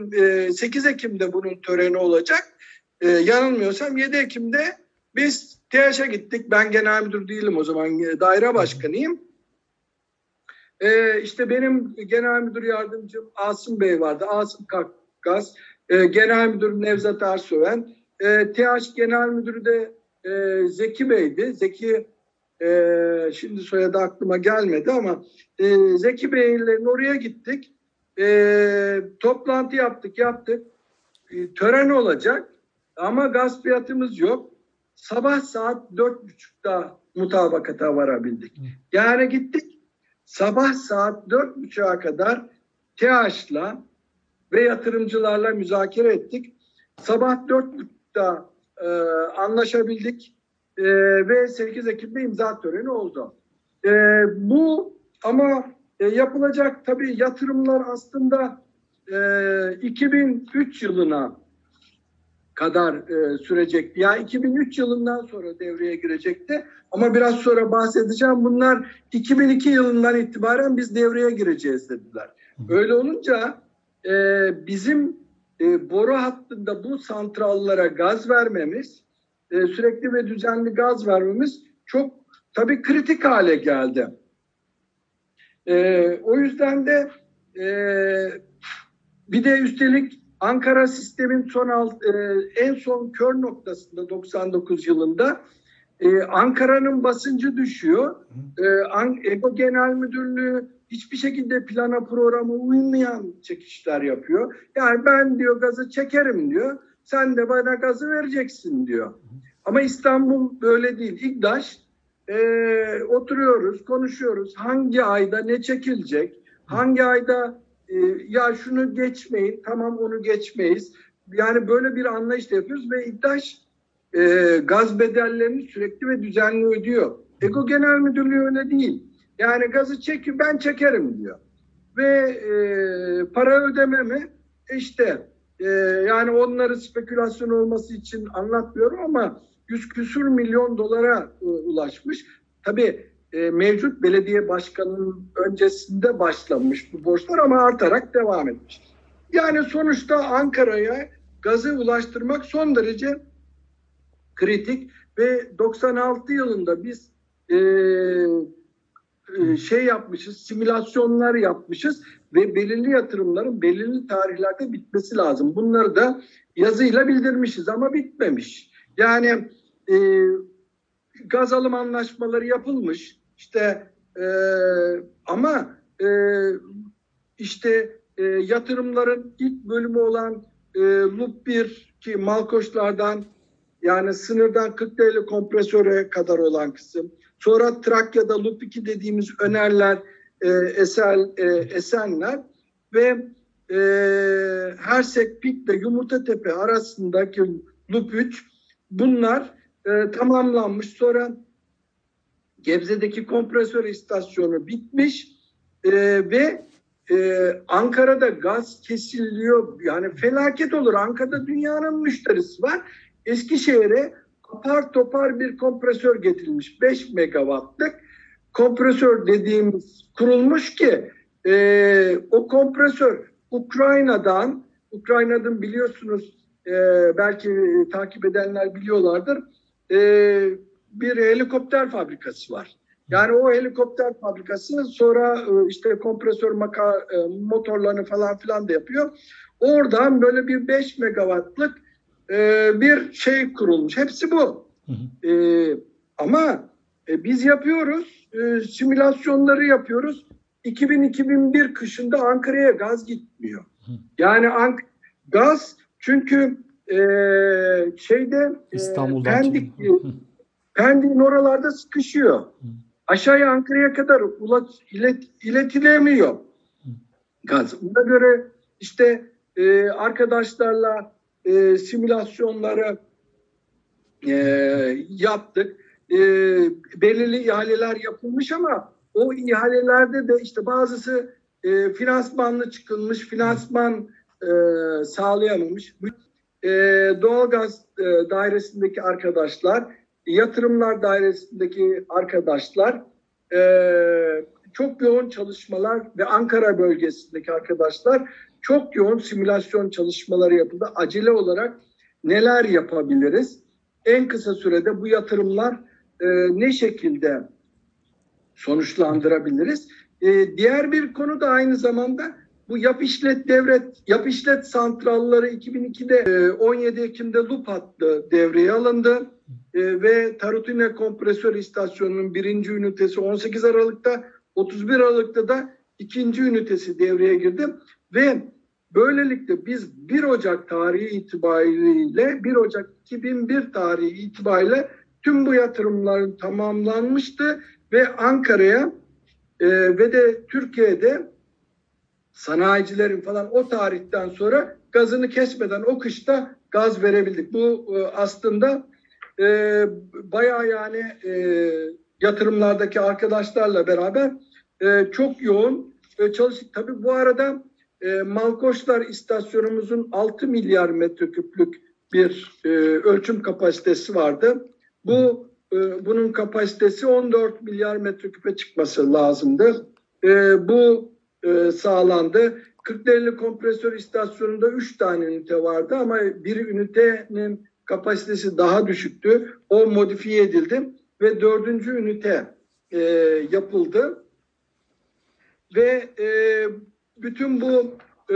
8 Ekim'de bunun töreni olacak. Yanılmıyorsam 7 Ekim'de biz TEAŞ'a gittik. Ben genel müdür değilim o zaman. Daire başkanıyım. İşte benim genel müdür yardımcım Asım Bey vardı. Asım Kakgaz. Genel müdür Nevzat Ersöven. TEAŞ genel müdürü de Zeki Bey'di. Zeki şimdi soyadı aklıma gelmedi ama Zeki Bey'lerin oraya gittik. Toplantı yaptık. Tören olacak ama gaz fiyatımız yok. Sabah saat 4.30'da mutabakata varabildik. Yani gittik sabah saat 4.30'a kadar TEAŞ'la ve yatırımcılarla müzakere ettik. Sabah 4.30'da anlaşabildik ve 8 Ekim'de imza töreni oldu. Bu ama yapılacak tabii yatırımlar aslında 2003 yılına kadar sürecekti. Yani 2003 yılından sonra devreye girecekti. Ama biraz sonra bahsedeceğim. Bunlar 2002 yılından itibaren biz devreye gireceğiz dediler. Öyle olunca bizim boru hattında bu santrallara gaz vermemiz, sürekli ve düzenli gaz vermemiz çok tabii kritik hale geldi. O yüzden de bir de üstelik Ankara sistemin en son kör noktasında 99 yılında Ankara'nın basıncı düşüyor. EGO Genel Müdürlüğü hiçbir şekilde plana programa uymayan çekişler yapıyor. Yani ben diyor gazı çekerim diyor. Sen de bana gazı vereceksin diyor. Ama İstanbul böyle değil. İGDAŞ oturuyoruz, konuşuyoruz. Hangi ayda ne çekilecek? Hangi ayda ya şunu geçmeyin, tamam onu geçmeyiz. Yani böyle bir anlayışla yapıyoruz ve İGDAŞ gaz bedellerini sürekli ve düzenli ödüyor. EGO Genel Müdürlüğü öyle değil. Yani gazı ben çekerim diyor. Ve para ödememi işte yani onları spekülasyon olması için anlatmıyorum ama 100 küsur milyon dolara ulaşmış. Tabii mevcut belediye başkanının öncesinde başlamış bu borçlar ama artarak devam etmiş. Yani sonuçta Ankara'ya gazı ulaştırmak son derece kritik ve 96 yılında biz simülasyonlar yapmışız ve belirli yatırımların belirli tarihlerde bitmesi lazım. Bunları da yazıyla bildirmişiz ama bitmemiş. Yani gaz alım anlaşmaları yapılmış. İşte ama yatırımların ilk bölümü olan Loop 1 ki Malkoçlar'dan yani sınırdan Kırklareli kompresöre kadar olan kısım. Sonra Trakya'da Loop 2 dediğimiz Önerler, Esenler ve Hersek Pik ile Yumurtatepe arasındaki Loop 3 bunlar tamamlanmış. Sonra Gebze'deki kompresör istasyonu bitmiş ve Ankara'da gaz kesiliyor. Yani felaket olur. Ankara'da dünyanın müşterisi var. Eskişehir'e apar topar bir kompresör getirilmiş. 5 megawattlık kompresör dediğimiz kurulmuş ki o kompresör Ukrayna'dan biliyorsunuz belki takip edenler biliyorlardır bir helikopter fabrikası var. Yani o helikopter fabrikası sonra işte kompresör motorlarını falan filan da yapıyor. Oradan böyle bir 5 megawattlık bir şey kurulmuş. Hepsi bu. Ama biz yapıyoruz. Simülasyonları yapıyoruz. 2000-2001 kışında Ankara'ya gaz gitmiyor. Yani gaz çünkü Pendik'in oralarda sıkışıyor. Aşağıya Ankara'ya kadar iletilemiyor gaz. Buna göre işte arkadaşlarla simülasyonları yaptık. Belirli ihaleler yapılmış ama o ihalelerde de işte bazısı finansmanlı çıkılmış, finansman sağlayamamış. Doğalgaz dairesindeki arkadaşlar, yatırımlar dairesindeki arkadaşlar çok yoğun çalışmalar ve Ankara bölgesindeki arkadaşlar çok yoğun simülasyon çalışmaları yapıldı. Acele olarak neler yapabiliriz? en kısa sürede bu yatırımlar ne şekilde sonuçlandırabiliriz? Diğer bir konu da aynı zamanda bu yap işlet santralları 2002'de 17 Ekim'de Loop hattı devreye alındı ve Tarutine Kompresör İstasyonu'nun birinci ünitesi 18 Aralık'ta, 31 Aralık'ta da ikinci ünitesi devreye girdi ve böylelikle biz 1 Ocak tarihi itibariyle 1 Ocak 2001 tarihi itibariyle tüm bu yatırımların tamamlanmıştı ve Ankara'ya ve de Türkiye'de sanayicilerin falan o tarihten sonra gazını kesmeden o kışta gaz verebildik. Bu aslında bayağı yani yatırımlardaki arkadaşlarla beraber çok yoğun çalıştık. Tabii bu arada Malkoçlar istasyonumuzun 6 milyar metreküplük bir ölçüm kapasitesi vardı. Bunun kapasitesi 14 milyar metreküpe çıkması lazımdı. Bu sağlandı. Kırklareli Kompresör İstasyonu'nda 3 tane ünite vardı ama bir ünitenin kapasitesi daha düşüktü. O modifiye edildi ve 4. ünite yapıldı. Ve bütün bu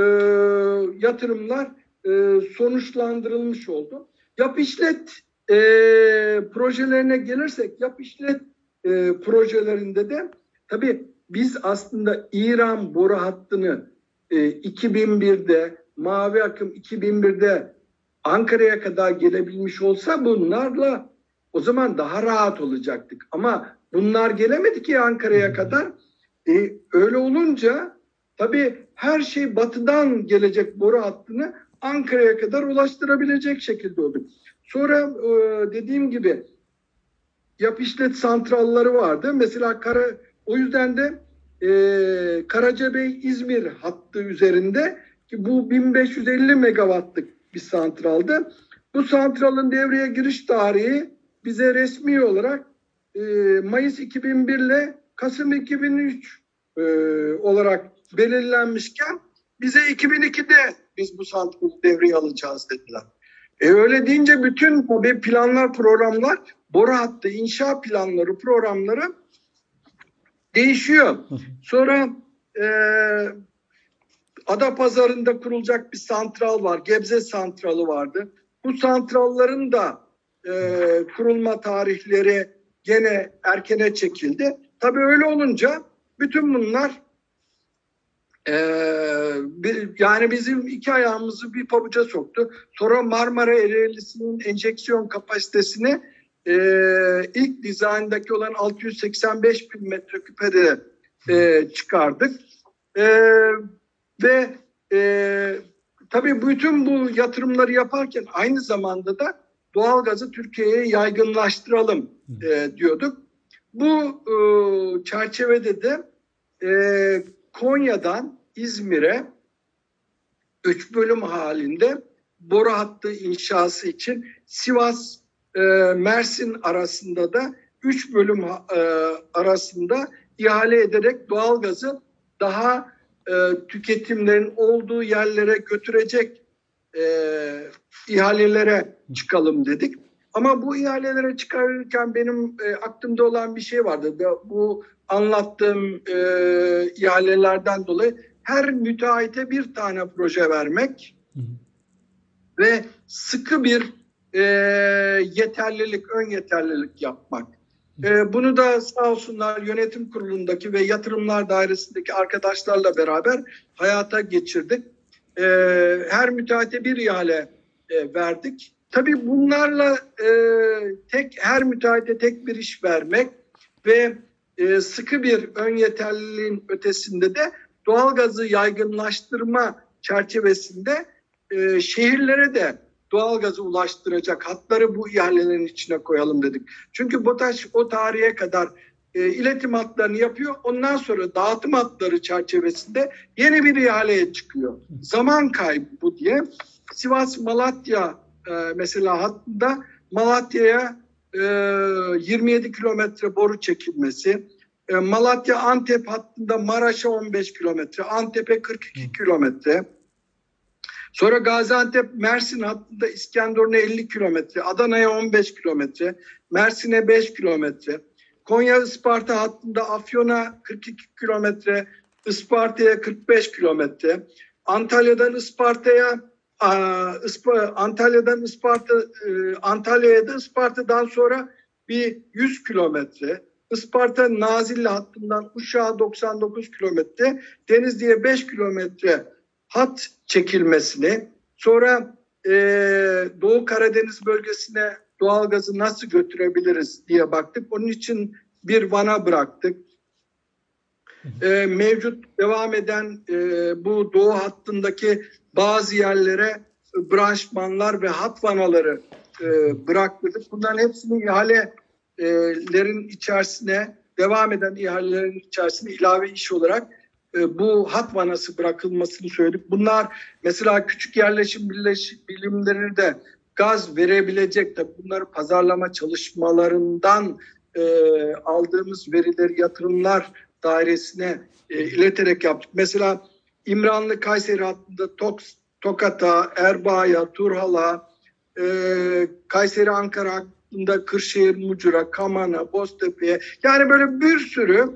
yatırımlar sonuçlandırılmış oldu. Yap işlet projelerine gelirsek, yap işlet projelerinde de tabii biz aslında İran boru hattını 2001'de, Mavi Akım 2001'de Ankara'ya kadar gelebilmiş olsa bunlarla o zaman daha rahat olacaktık. Ama bunlar gelemedi ki Ankara'ya kadar. Öyle olunca tabii her şey batıdan gelecek boru hattını Ankara'ya kadar ulaştırabilecek şekilde oldu. Sonra dediğim gibi yap işlet santralları vardı. Mesela o yüzden de Karacabey-İzmir hattı üzerinde ki bu 1550 megawattlık bir santraldı. Bu santralın devreye giriş tarihi bize resmi olarak Mayıs 2001 ile Kasım 2003 olarak belirlenmişken bize 2002'de biz bu santralı devreye alacağız dediler. Öyle deyince bütün tabii planlar, programlar, boru hattı, inşa planları, programları değişiyor. Sonra Adapazarı'nda kurulacak bir santral var. Gebze santralı vardı. Bu santralların da kurulma tarihleri gene erkene çekildi. Tabii öyle olunca bütün bunlar yani bizim iki ayağımızı bir pabuca soktu. Sonra Marmara Ereğlisi'nin enjeksiyon kapasitesini ilk dizayndaki olan 685 bin metreküpede çıkardık. Ve tabii bütün bu yatırımları yaparken aynı zamanda da doğalgazı Türkiye'ye yaygınlaştıralım diyorduk. Bu çerçevede de Konya'dan İzmir'e 3 bölüm halinde boru hattı inşası için Sivas Mersin arasında da 3 bölüm arasında ihale ederek doğalgazı daha tüketimlerin olduğu yerlere götürecek ihalelere çıkalım dedik. Ama bu ihalelere çıkarırken benim aklımda olan bir şey vardı. Bu anlattığım ihalelerden dolayı her müteahhite bir tane proje vermek ve sıkı bir ön yeterlilik yapmak. Bunu da sağ olsunlar yönetim kurulundaki ve yatırımlar dairesindeki arkadaşlarla beraber hayata geçirdik. Her müteahhite bir ihale verdik. Tabii bunlarla her müteahhite tek bir iş vermek ve sıkı bir ön yeterliliğin ötesinde de doğalgazı yaygınlaştırma çerçevesinde şehirlere de doğalgazı ulaştıracak hatları bu ihalelerin içine koyalım dedik. Çünkü BOTAŞ o tarihe kadar iletim hatlarını yapıyor. Ondan sonra dağıtım hatları çerçevesinde yeni bir ihaleye çıkıyor. Zaman kaybı bu diye. Sivas-Malatya mesela hattında Malatya'ya 27 kilometre boru çekilmesi, Malatya-Antep hattında Maraş'a 15 kilometre, Antep'e 42 kilometre. Sonra Gaziantep-Mersin hattında İskenderun'a 50 kilometre, Adana'ya 15 kilometre, Mersin'e 5 kilometre. Konya-Isparta hattında Afyon'a 42 kilometre, Isparta'ya 45 kilometre. Antalya'dan Antalya'ya da Isparta'dan sonra bir 100 kilometre. Isparta Nazilli hattından Uşak'a 99 kilometre, Denizli'ye 5 kilometre hat çekilmesini, sonra Doğu Karadeniz bölgesine doğalgazı nasıl götürebiliriz diye baktık. Onun için bir vana bıraktık. Mevcut devam eden bu doğu hattındaki bazı yerlere branşmanlar ve hat vanaları bıraktık. Bunların hepsini ihalelerin içerisine, devam eden ihalelerin içerisine ilave iş olarak bu hat vanası bırakılmasını söyledik. Bunlar mesela küçük yerleşim birimlerine de gaz verebilecek de bunları pazarlama çalışmalarından aldığımız verileri yatırımlar dairesine ileterek yaptık. Mesela İmranlı-Kayseri hattında Tokat'a, Erbaa'ya, Turhal'a, Kayseri-Ankara hattında Kırşehir-Mucur'a, Kaman'a, Boztepe'ye, yani böyle bir sürü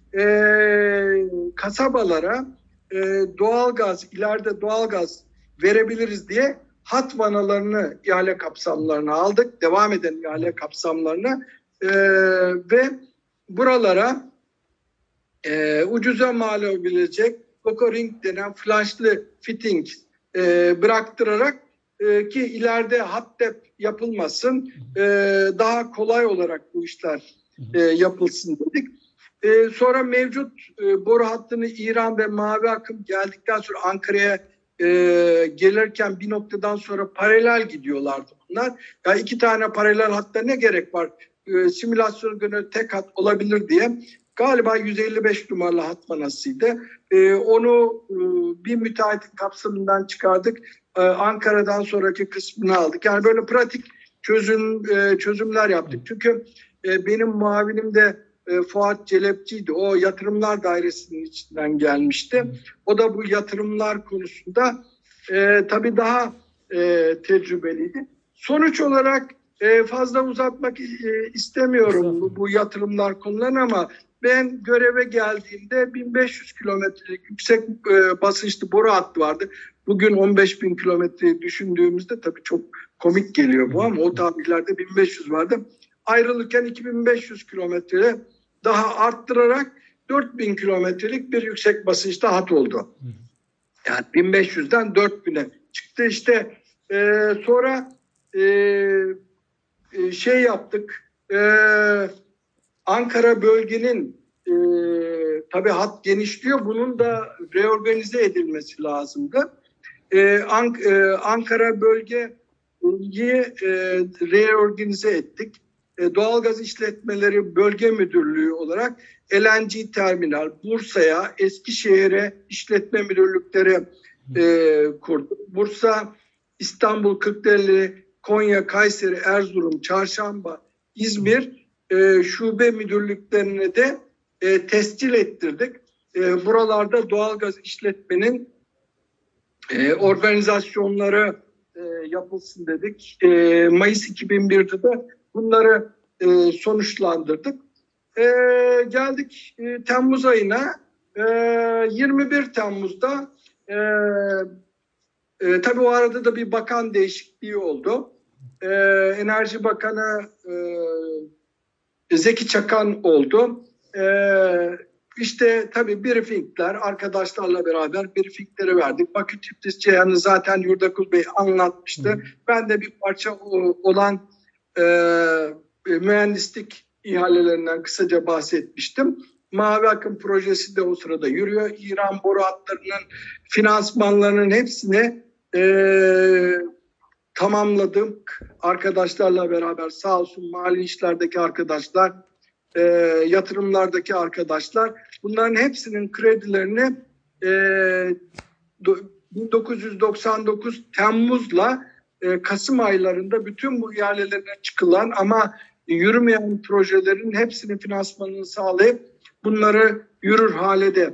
kasabalara doğalgaz, ileride doğalgaz verebiliriz diye hat vanalarını ihale kapsamlarına aldık. Devam eden ihale kapsamlarına ve buralara ucuza mal olabilecek Coco-Ring denen flanşlı fitting bıraktırarak ki ileride hat-dep yapılmasın, daha kolay olarak bu işler yapılsın dedik. Sonra mevcut boru hattını İran ve Mavi Akım geldikten sonra Ankara'ya gelirken bir noktadan sonra paralel gidiyorlardı bunlar. Yani 2 tane paralel hatta ne gerek var? Simülasyona göre tek hat olabilir diye. Galiba 155 numaralı hat vanasıydı. Onu bir müteahhitin kapsamından çıkardık. Ankara'dan sonraki kısmını aldık. Yani böyle pratik çözümler yaptık. Çünkü benim muavinim de Fuat Celepçi'ydi. O yatırımlar dairesinin içinden gelmişti. O da bu yatırımlar konusunda tabii daha tecrübeliydi. Sonuç olarak fazla uzatmak istemiyorum bu yatırımlar konularını ama ben göreve geldiğimde 1500 kilometrelik yüksek basınçlı boru hattı vardı. Bugün 15.000 kilometreyi düşündüğümüzde tabii çok komik geliyor bu ama o tarihlerde 1500 vardı. Ayrılırken 2500 kilometre daha arttırarak 4000 kilometrelik bir yüksek basınçlı hat oldu. Yani 1500'den 4000'e çıktı işte. Sonra şey yaptık. Ankara bölgenin tabii hat genişliyor. Bunun da reorganize edilmesi lazımdı. Ankara bölgeyi reorganize ettik. Doğalgaz İşletmeleri Bölge Müdürlüğü olarak LNG Terminal, Bursa'ya, Eskişehir'e işletme müdürlükleri kurduk. Bursa, İstanbul, Kırklareli, Konya, Kayseri, Erzurum, Çarşamba, İzmir şube müdürlüklerine de tescil ettirdik. Buralarda doğalgaz işletmenin organizasyonları yapılsın dedik. Mayıs 2001'de de bunları sonuçlandırdık. Geldik Temmuz ayına. 21 Temmuz'da tabii o arada da bir bakan değişikliği oldu. Enerji Bakanı Zeki Çakan oldu. İşte tabii briefingler, arkadaşlarla beraber briefingleri verdik. Bakü Tiflis Ceyhan'ı zaten Yurdakul Bey anlatmıştı. Ben de bir parça olan mühendislik ihalelerinden kısaca bahsetmiştim. Mavi Akım projesi de o sırada yürüyor. İran boru hatlarının finansmanlarının hepsini tamamladık arkadaşlarla beraber. Sağ olsun mali işlerdeki arkadaşlar, yatırımlardaki arkadaşlar. Bunların hepsinin kredilerini 1999 Temmuz'la Kasım aylarında bütün bu ihalelerine çıkılan ama yürümeyen projelerin hepsinin finansmanını sağlayıp bunları yürür hale de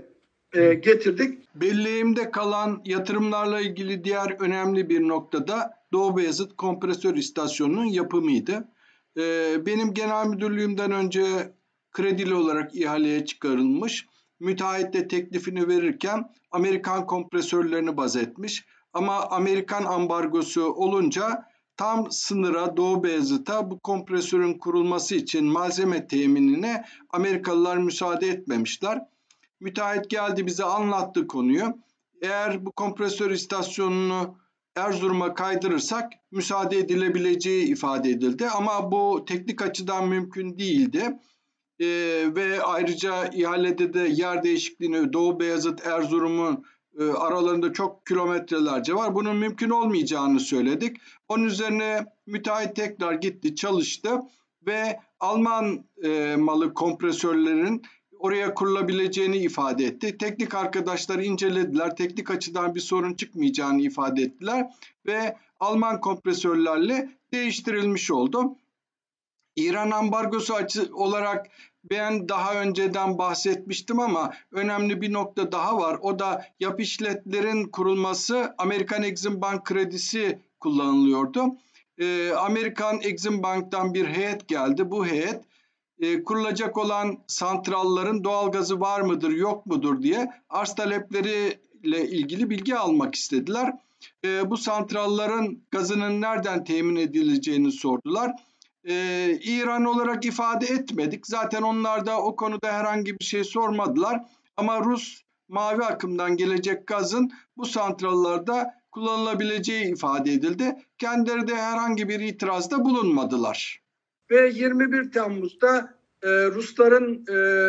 getirdik. Belleğimde kalan yatırımlarla ilgili diğer önemli bir noktada Doğu Beyazıt Kompresör İstasyonu'nun yapımıydı. Benim genel müdürlüğümden önce kredili olarak ihaleye çıkarılmış. Müteahhit de teklifini verirken Amerikan kompresörlerini baz etmiş. Ama Amerikan ambargosu olunca tam sınıra Doğu Beyazıt'a bu kompresörün kurulması için malzeme teminine Amerikalılar müsaade etmemişler. Müteahhit geldi bize anlattı konuyu. Eğer bu kompresör istasyonunu Erzurum'a kaydırırsak müsaade edilebileceği ifade edildi. Ama bu teknik açıdan mümkün değildi. Ve ayrıca ihalede de yer değişikliğini Doğu Beyazıt Erzurum'un aralarında çok kilometrelerce var. Bunun mümkün olmayacağını söyledik. Onun üzerine müteahhit tekrar gitti, çalıştı ve Alman malı kompresörlerin oraya kurulabileceğini ifade etti. Teknik arkadaşlar incelediler. Teknik açıdan bir sorun çıkmayacağını ifade ettiler ve Alman kompresörlerle değiştirilmiş oldu. İran ambargosu olarak ben daha önceden bahsetmiştim ama önemli bir nokta daha var. O da yap işletlerin kurulması Amerikan Exim Bank kredisi kullanılıyordu. Amerikan Exim Bank'tan bir heyet geldi. Bu heyet kurulacak olan santrallerin doğalgazı var mıdır yok mudur diye arz talepleriyle ilgili bilgi almak istediler. Bu santrallerin gazının nereden temin edileceğini sordular. İran olarak ifade etmedik. Zaten onlar da o konuda herhangi bir şey sormadılar. Ama Rus mavi akımdan gelecek gazın bu santrallarda kullanılabileceği ifade edildi. Kendileri de herhangi bir itirazda bulunmadılar. Ve 21 Temmuz'da Rusların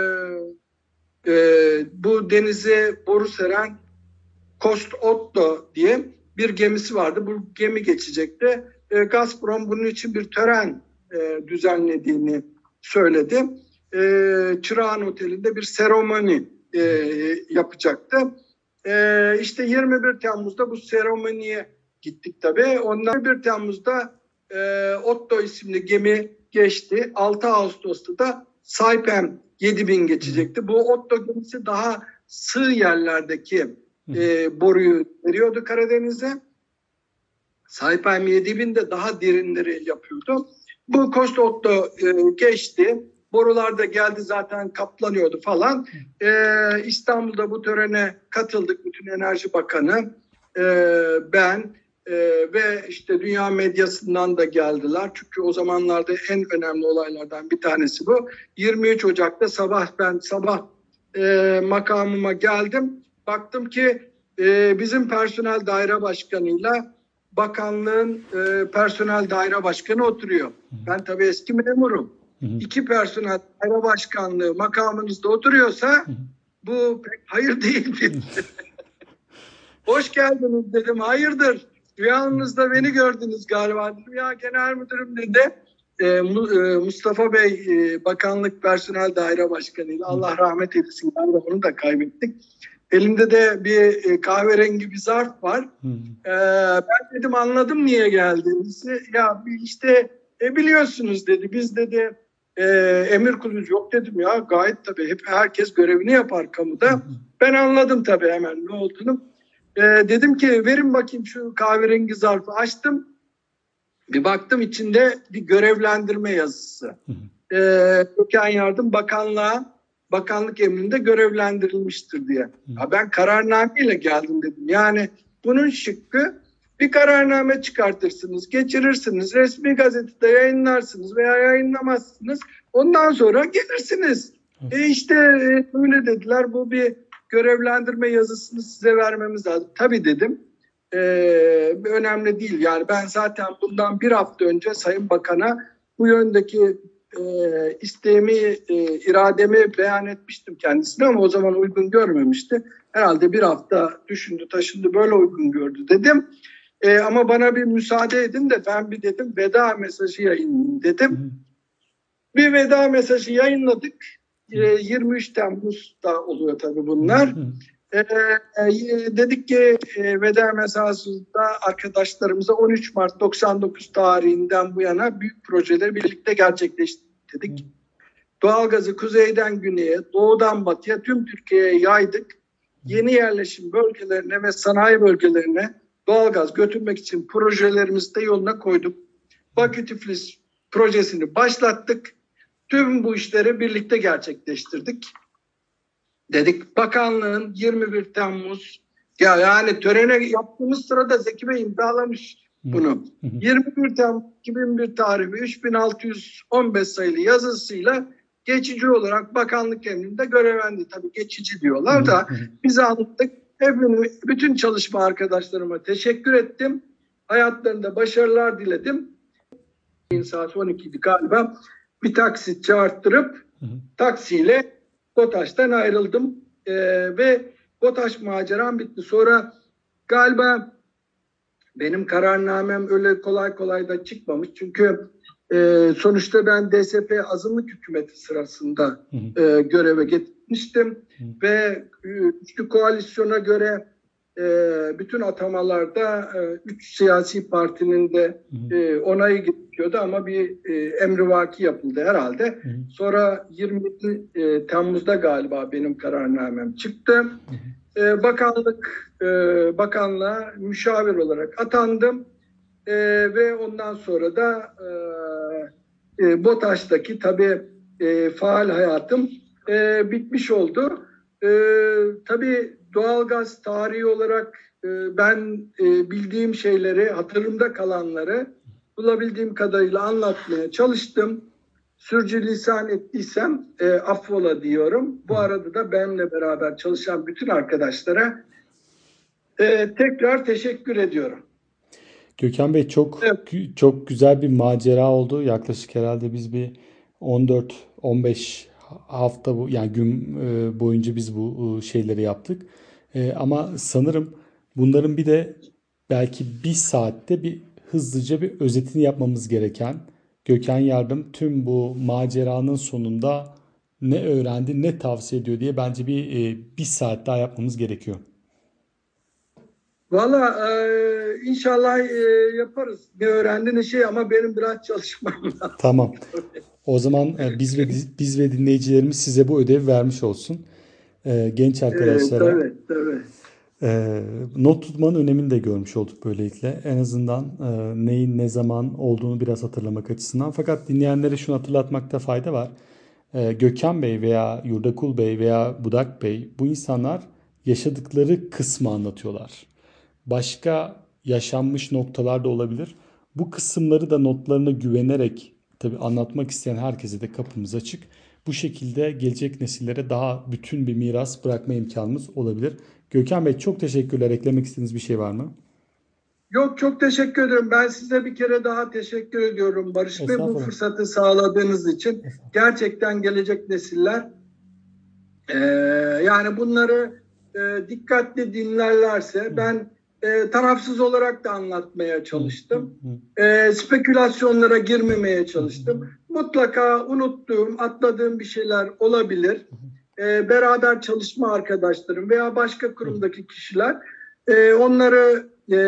bu denize boru seren Kost-Otto diye bir gemisi vardı. Bu gemi geçecekti. Gazprom bunun için bir tören düzenlediğini söyledi. Çırağan Oteli'nde bir seremoni yapacaktı. İşte 21 Temmuz'da bu seremoniye gittik tabii. Ondan 1 Temmuz'da Otto isimli gemi geçti. 6 Ağustos'ta da Saipem 7000 geçecekti. Bu Otto gemisi daha sığ yerlerdeki boruyu veriyordu Karadeniz'e. Saipem 7000 de daha derinleri yapıyordu. Bu Kost-Otto geçti. Borular da geldi zaten kaplanıyordu falan. İstanbul'da bu törene katıldık. Bütün Enerji Bakanı, ben ve işte dünya medyasından da geldiler. Çünkü o zamanlarda en önemli olaylardan bir tanesi bu. 23 Ocak'ta ben sabah makamıma geldim. Baktım ki bizim personel daire başkanıyla bakanlığın personel daire başkanı oturuyor. Ben tabii eski memurum. İki personel daire başkanlığı makamınızda oturuyorsa bu pek hayır değildir. Hoş geldiniz dedim. Hayırdır? Rüyanızda beni gördünüz galiba. Dedim, ya genel müdürüm dedi. Mustafa Bey bakanlık personel daire başkanıyla Allah rahmet eylesin. Onu da kaybettik. Elimde de bir kahverengi bir zarf var. Ben dedim anladım niye geldiğinizi. Ya işte biliyorsunuz dedi. Biz dedi emir kuluyuz. Yok dedim ya gayet tabii. Hep herkes görevini yapar kamuda. Ben anladım tabii hemen ne olduğunu. Dedim ki verin bakayım şu kahverengi zarfı. Açtım. Bir baktım içinde bir görevlendirme yazısı. Köken Yardım Bakanlık emrinde görevlendirilmiştir diye. Ya ben kararnameyle geldim dedim. Yani bunun şıkkı bir kararname çıkartırsınız, geçirirsiniz, resmi gazetede yayınlarsınız veya yayınlamazsınız. Ondan sonra gelirsiniz. İşte öyle dediler. Bu bir görevlendirme yazısını size vermemiz lazım. Tabii dedim. Önemli değil. Yani ben zaten bundan bir hafta önce Sayın Bakan'a bu yöndeki isteğimi, irademi beyan etmiştim kendisine ama o zaman uygun görmemişti. Herhalde bir hafta düşündü, taşındı, böyle uygun gördü dedim. Ama bana bir müsaade edin de ben bir dedim veda mesajı yayınlayayım dedim. Bir veda mesajı yayınladık. 23 Temmuz'da oluyor tabii bunlar. Dedik ki veda mesajında arkadaşlarımıza 13 Mart 99 tarihinden bu yana büyük projeleri birlikte gerçekleştirdik dedik. Doğalgazı kuzeyden güneye, doğudan batıya tüm Türkiye'ye yaydık. yeni yerleşim bölgelerine ve sanayi bölgelerine doğalgaz götürmek için projelerimizi de yoluna koyduk. Bakü-Tiflis projesini başlattık. Tüm bu işleri birlikte gerçekleştirdik. Dedik bakanlığın 21 Temmuz yani törene yaptığımız sırada Zeki Bey imzalamış bunu. 21 Temmuz 2001 tarihli 3615 sayılı yazısıyla geçici olarak bakanlık emrinde görevlendi. Tabii geçici diyorlar da biz anlattık. Bütün çalışma arkadaşlarıma teşekkür ettim. Hayatlarında başarılar diledim. Saat 12'di galiba. Bir taksi çağırttırıp taksiyle BOTAŞ'tan ayrıldım. Ve BOTAŞ maceram bitti. Sonra galiba benim kararnamem öyle kolay kolay da çıkmamış. Çünkü sonuçta ben DSP azınlık hükümeti sırasında göreve gitmiştim. Ve üçlü koalisyona göre bütün atamalarda 3 siyasi partinin de onayı gerekiyordu ama bir emrivaki yapıldı herhalde. Sonra 27 Temmuz'da galiba benim kararnamem çıktı. Bakanlığa müşavir olarak atandım ve ondan sonra da BOTAŞ'taki tabii faal hayatım bitmiş oldu. Tabii doğalgaz tarihi olarak ben bildiğim şeyleri, hatırımda kalanları bulabildiğim kadarıyla anlatmaya çalıştım. Sürçülisan ettiysem affola diyorum. Bu arada da benimle beraber çalışan bütün arkadaşlara tekrar teşekkür ediyorum. Gökhan Bey çok güzel bir macera oldu. Yaklaşık herhalde biz bir 14-15 hafta yani gün boyunca biz bu şeyleri yaptık. Ama sanırım bunların bir de belki bir saatte hızlıca bir özetini yapmamız gereken. Gökhan Yardım tüm bu maceranın sonunda ne öğrendi, ne tavsiye ediyor diye bence bir saat daha yapmamız gerekiyor. Valla inşallah yaparız. Ne öğrendi ne şey ama benim biraz çalışmam lazım. Tamam. O zaman biz ve dinleyicilerimiz size bu ödevi vermiş olsun. Genç arkadaşlara. Tabii. Not tutmanın önemini de görmüş olduk böylelikle. En azından neyin ne zaman olduğunu biraz hatırlamak açısından. Fakat dinleyenlere şunu hatırlatmakta fayda var. Gökhan Bey veya Yurdakul Bey veya Budak Bey bu insanlar yaşadıkları kısmı anlatıyorlar. Başka yaşanmış noktalar da olabilir. Bu kısımları da notlarına güvenerek tabii anlatmak isteyen herkese de kapımız açık. Bu şekilde gelecek nesillere daha bütün bir miras bırakma imkanımız olabilir. Gökhan Bey çok teşekkürler. Eklemek istediğiniz bir şey var mı? Yok çok teşekkür ederim. Ben size bir kere daha teşekkür ediyorum Barış Bey bu fırsatı sağladığınız için. Gerçekten gelecek nesiller yani bunları dikkatli dinlerlerse ben tarafsız olarak da anlatmaya çalıştım. Spekülasyonlara girmemeye çalıştım. Mutlaka unuttuğum, atladığım bir şeyler olabilir. Beraber çalışma arkadaşlarım veya başka kurumdaki kişiler onları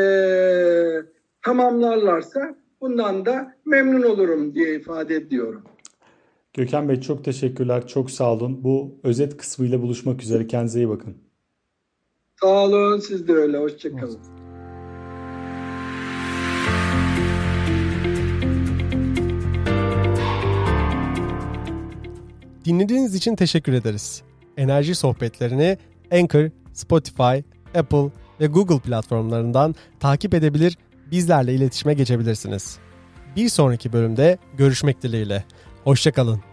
tamamlarlarsa bundan da memnun olurum diye ifade ediyorum. Gökhan Bey çok teşekkürler. Çok sağ olun. Bu özet kısmıyla buluşmak üzere. Kendinize iyi bakın. Sağ olun. Siz de öyle. Hoşçakalın. Dinlediğiniz için teşekkür ederiz. Enerji sohbetlerini Anchor, Spotify, Apple ve Google platformlarından takip edebilir, bizlerle iletişime geçebilirsiniz. Bir sonraki bölümde görüşmek dileğiyle. Hoşça kalın.